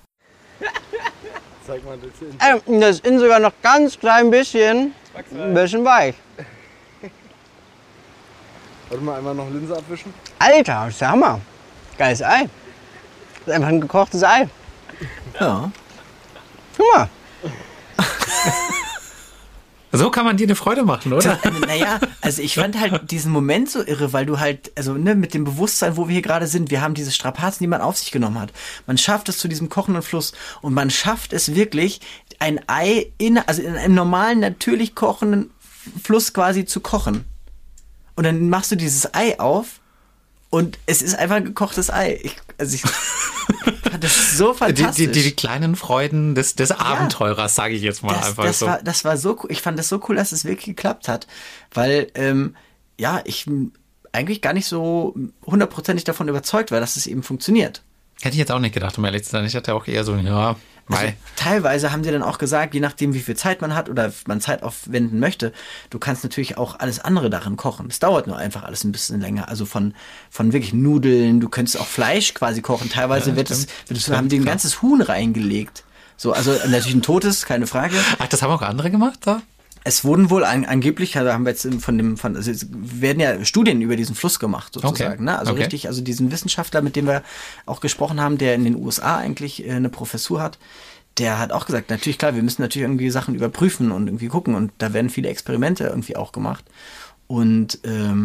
Zeig mal das hin. Das ist innen sogar noch ganz klein bisschen weich. Warte mal, einmal noch Linse abwischen. Alter, das ist der Hammer. Geiles Ei. Das ist einfach ein gekochtes Ei. Ja. Guck mal. So kann man dir eine Freude machen, oder? Naja, also ich fand halt diesen Moment so irre, weil du halt, also ne, mit dem Bewusstsein, wo wir hier gerade sind, wir haben diese Strapazen, die man auf sich genommen hat. Man schafft es zu diesem kochenden Fluss und man schafft es wirklich, ein Ei in einem normalen, natürlich kochenden Fluss quasi zu kochen. Und dann machst du dieses Ei auf und es ist einfach ein gekochtes Ei. Ich fand das so fantastisch. Die kleinen Freuden des Abenteurers, sage ich jetzt mal einfach so. Das war so cool. Ich fand das so cool, dass es wirklich geklappt hat, weil ich eigentlich gar nicht so 100%ig davon überzeugt war, dass es eben funktioniert. Hätte ich jetzt auch nicht gedacht, um ehrlich zu sein. Ich hatte auch eher so, ja, Also, teilweise haben die dann auch gesagt, je nachdem, wie viel Zeit man hat oder man Zeit aufwenden möchte, du kannst natürlich auch alles andere darin kochen. Es dauert nur einfach alles ein bisschen länger. Also von wirklich Nudeln, du könntest auch Fleisch quasi kochen. Teilweise haben die ein ganzes Huhn reingelegt. So, also natürlich ein totes, keine Frage. Ach, das haben auch andere gemacht da? Es wurden wohl angeblich, also haben wir jetzt also es werden ja Studien über diesen Fluss gemacht, sozusagen. Okay. Ne? Also Okay. richtig, also diesen Wissenschaftler, mit dem wir auch gesprochen haben, der in den USA eigentlich eine Professur hat, der hat auch gesagt, natürlich klar, wir müssen natürlich irgendwie Sachen überprüfen und irgendwie gucken und da werden viele Experimente irgendwie auch gemacht. Und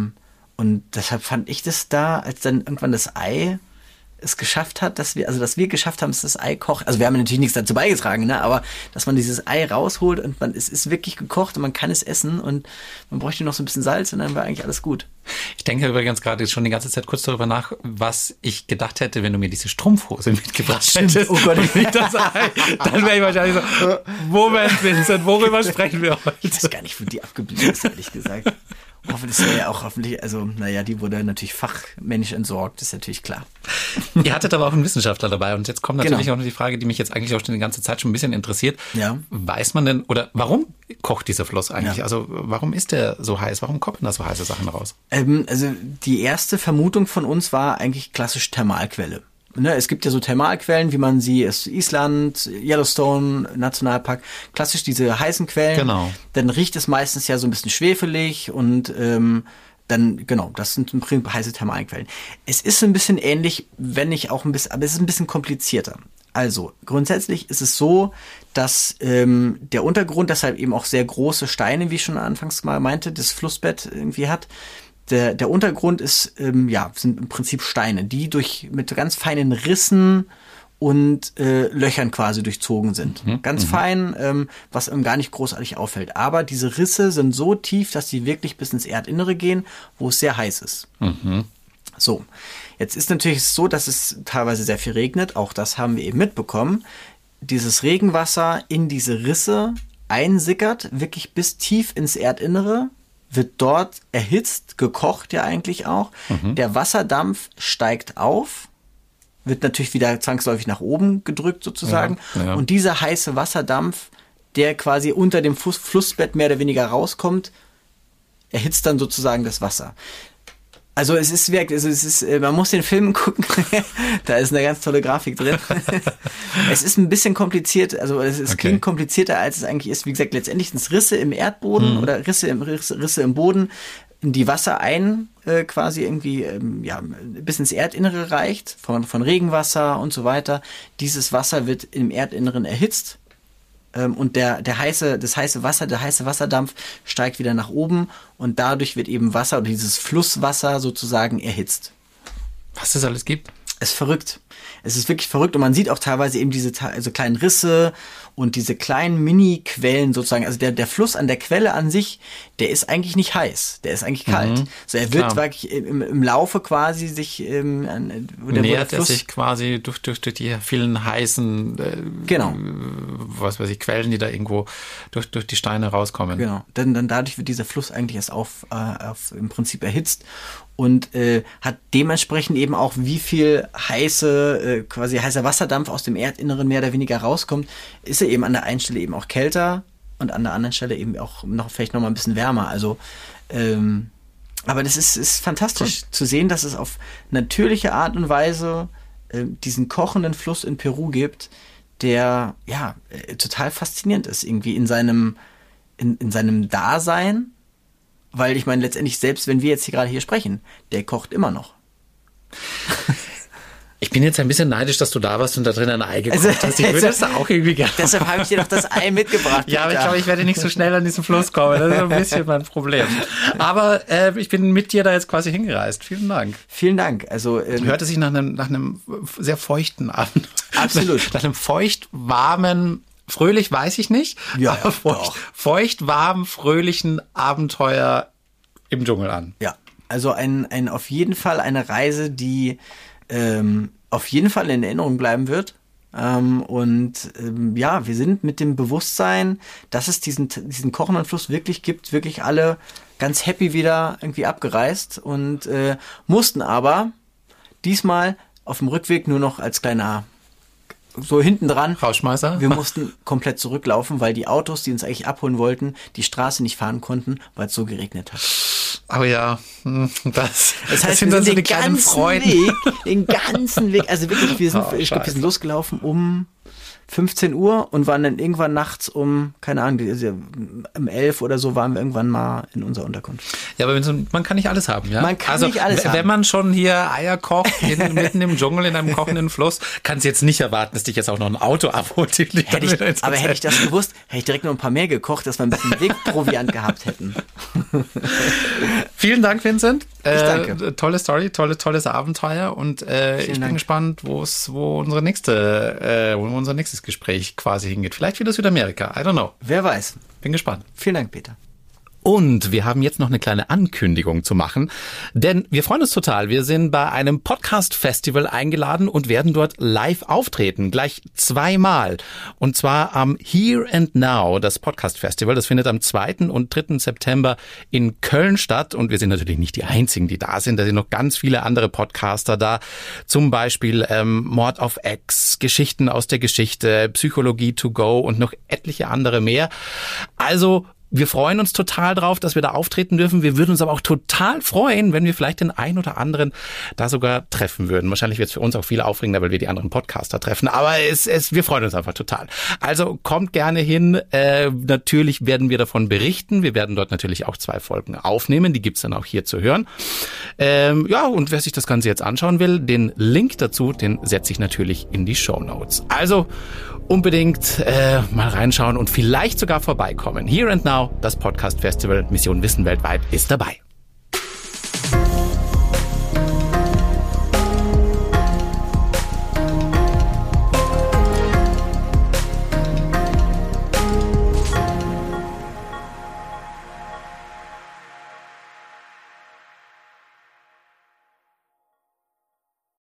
deshalb fand ich das da, als dann irgendwann das Ei es geschafft hat, dass wir geschafft haben, dass das Ei kocht. Also wir haben natürlich nichts dazu beigetragen, ne? Aber dass man dieses Ei rausholt und es ist wirklich gekocht und man kann es essen und man bräuchte noch so ein bisschen Salz und dann war eigentlich alles gut. Ich denke übrigens gerade schon die ganze Zeit kurz darüber nach, was ich gedacht hätte, wenn du mir diese Strumpfhose mitgebracht hättest. Oh Gott, und nicht das Ei. Dann wäre ich wahrscheinlich so, Moment, Vincent, worüber sprechen wir heute? Ich weiß gar nicht, wo die abgeblieben ist, ehrlich gesagt. Das wäre ja auch hoffentlich, also naja, die wurde natürlich fachmännisch entsorgt, ist natürlich klar. Ihr hattet aber auch einen Wissenschaftler dabei und jetzt kommt natürlich Genau. auch noch die Frage, die mich jetzt eigentlich auch schon die ganze Zeit schon ein bisschen interessiert. Ja. Weiß man denn, oder warum kocht dieser Fluss eigentlich? Ja. Also warum ist der so heiß? Warum kommen da so heiße Sachen raus? Also die erste Vermutung von uns war eigentlich klassisch Thermalquelle. Ne, es gibt ja so Thermalquellen, wie man sie aus Island, Yellowstone, Nationalpark, klassisch diese heißen Quellen. Genau. Dann riecht es meistens ja so ein bisschen schwefelig und dann, genau, das sind im Prinzip heiße Thermalquellen. Es ist ein bisschen ähnlich, wenn nicht auch ein bisschen, aber es ist ein bisschen komplizierter. Also, grundsätzlich ist es so, dass der Untergrund, deshalb eben auch sehr große Steine, wie ich schon anfangs mal meinte, das Flussbett irgendwie hat. Der Untergrund ist, sind im Prinzip Steine, die mit ganz feinen Rissen und Löchern quasi durchzogen sind. Ganz fein, was einem gar nicht großartig auffällt. Aber diese Risse sind so tief, dass sie wirklich bis ins Erdinnere gehen, wo es sehr heiß ist. So, jetzt ist natürlich so, dass es teilweise sehr viel regnet. Auch das haben wir eben mitbekommen. Dieses Regenwasser in diese Risse einsickert, wirklich bis tief ins Erdinnere, wird dort erhitzt, gekocht ja eigentlich auch. Der Wasserdampf steigt auf, wird natürlich wieder zwangsläufig nach oben gedrückt sozusagen. Ja. Und dieser heiße Wasserdampf, der quasi unter dem Flussbett mehr oder weniger rauskommt, erhitzt dann sozusagen das Wasser. Also es ist wirklich, man muss den Film gucken, da ist eine ganz tolle Grafik drin. Es ist ein bisschen kompliziert, also es klingt komplizierter, als es eigentlich ist. Wie gesagt, letztendlich sind es Risse im Erdboden oder Risse im Boden, in die Wasser quasi irgendwie bis ins Erdinnere reicht, von Regenwasser und so weiter. Dieses Wasser wird im Erdinneren erhitzt. Und das heiße Wasser, der heiße Wasserdampf steigt wieder nach oben und dadurch wird eben Wasser oder dieses Flusswasser sozusagen erhitzt. Was es alles gibt? Es ist verrückt. Es ist wirklich verrückt und man sieht auch teilweise eben diese kleinen Risse und diese kleinen Mini-Quellen sozusagen. Also der Fluss an der Quelle an sich, der ist eigentlich nicht heiß, der ist eigentlich kalt. Also er wird wirklich im Laufe quasi sich nähert er sich quasi durch die vielen heißen Quellen, die da irgendwo durch die Steine rauskommen. Genau. Dann dadurch wird dieser Fluss eigentlich erst im Prinzip erhitzt. Und hat dementsprechend eben auch, wie viel heißer Wasserdampf aus dem Erdinneren mehr oder weniger rauskommt, ist er eben an der einen Stelle eben auch kälter und an der anderen Stelle eben auch vielleicht noch mal ein bisschen wärmer. Also, aber das ist fantastisch zu sehen, dass es auf natürliche Art und Weise diesen kochenden Fluss in Peru gibt, der total faszinierend ist irgendwie in seinem Dasein. Weil ich meine, letztendlich, selbst wenn wir jetzt gerade hier sprechen, der kocht immer noch. Ich bin jetzt ein bisschen neidisch, dass du da warst und da drin ein Ei gekocht hast. Ich würde das auch irgendwie gerne. Deshalb habe ich dir doch das Ei mitgebracht. Ja, aber ich glaube, ich werde nicht so schnell an diesen Fluss kommen. Das ist ein bisschen mein Problem. Aber ich bin mit dir da jetzt quasi hingereist. Vielen Dank. Vielen Dank. Also hörte sich nach einem sehr feuchten Abend. Absolut. Nach einem feucht, warmen, fröhlich weiß ich nicht, aber feucht, warm, fröhlichen Abenteuer im Dschungel an. Ja, also auf jeden Fall eine Reise, die auf jeden Fall in Erinnerung bleiben wird. Wir sind mit dem Bewusstsein, dass es diesen kochenden Fluss wirklich gibt, wirklich alle ganz happy wieder irgendwie abgereist und mussten aber diesmal auf dem Rückweg nur noch als kleiner so hinten dran. Rausschmeißer. Wir mussten komplett zurücklaufen, weil die Autos, die uns eigentlich abholen wollten, die Straße nicht fahren konnten, weil es so geregnet hat. Aber ja, das heißt, sind dann so die kleinen Freuden. Den ganzen Weg, also wirklich, wir sind losgelaufen um 15 Uhr und waren dann irgendwann nachts um, keine Ahnung, um 11 oder so waren wir irgendwann mal in unserer Unterkunft. Ja, aber man kann nicht alles haben, ja? Man kann nicht alles haben. Wenn man schon hier Eier kocht, mitten im Dschungel in einem kochenden Fluss, kannst du jetzt nicht erwarten, dass dich jetzt auch noch ein Auto abholt. Hätte ich das gewusst, hätte ich direkt noch ein paar mehr gekocht, dass wir ein bisschen Wegproviant gehabt hätten. Vielen Dank, Vincent. Ich danke. Tolle Story, tolles Abenteuer und ich bin gespannt, wo unser nächstes Gespräch quasi hingeht. Vielleicht wieder Südamerika. I don't know. Wer weiß. Bin gespannt. Vielen Dank, Peter. Und wir haben jetzt noch eine kleine Ankündigung zu machen, denn wir freuen uns total. Wir sind bei einem Podcast-Festival eingeladen und werden dort live auftreten, gleich 2-mal. Und zwar am Here and Now, das Podcast-Festival. Das findet am 2. und 3. September in Köln statt. Und wir sind natürlich nicht die Einzigen, die da sind. Da sind noch ganz viele andere Podcaster da. Zum Beispiel Mord auf Ex, Geschichten aus der Geschichte, Psychologie to go und noch etliche andere mehr. Also Wir freuen uns total drauf, dass wir da auftreten dürfen. Wir würden uns aber auch total freuen, wenn wir vielleicht den einen oder anderen da sogar treffen würden. Wahrscheinlich wird es für uns auch viel aufregender, weil wir die anderen Podcaster treffen. Aber wir freuen uns einfach total. Also kommt gerne hin. Natürlich werden wir davon berichten. Wir werden dort natürlich auch 2 Folgen aufnehmen. Die gibt's dann auch hier zu hören. Und wer sich das Ganze jetzt anschauen will, den Link dazu, den setze ich natürlich in die Shownotes. Also unbedingt mal reinschauen und vielleicht sogar vorbeikommen. Here and Now, das Podcast Festival Mission Wissen weltweit ist dabei.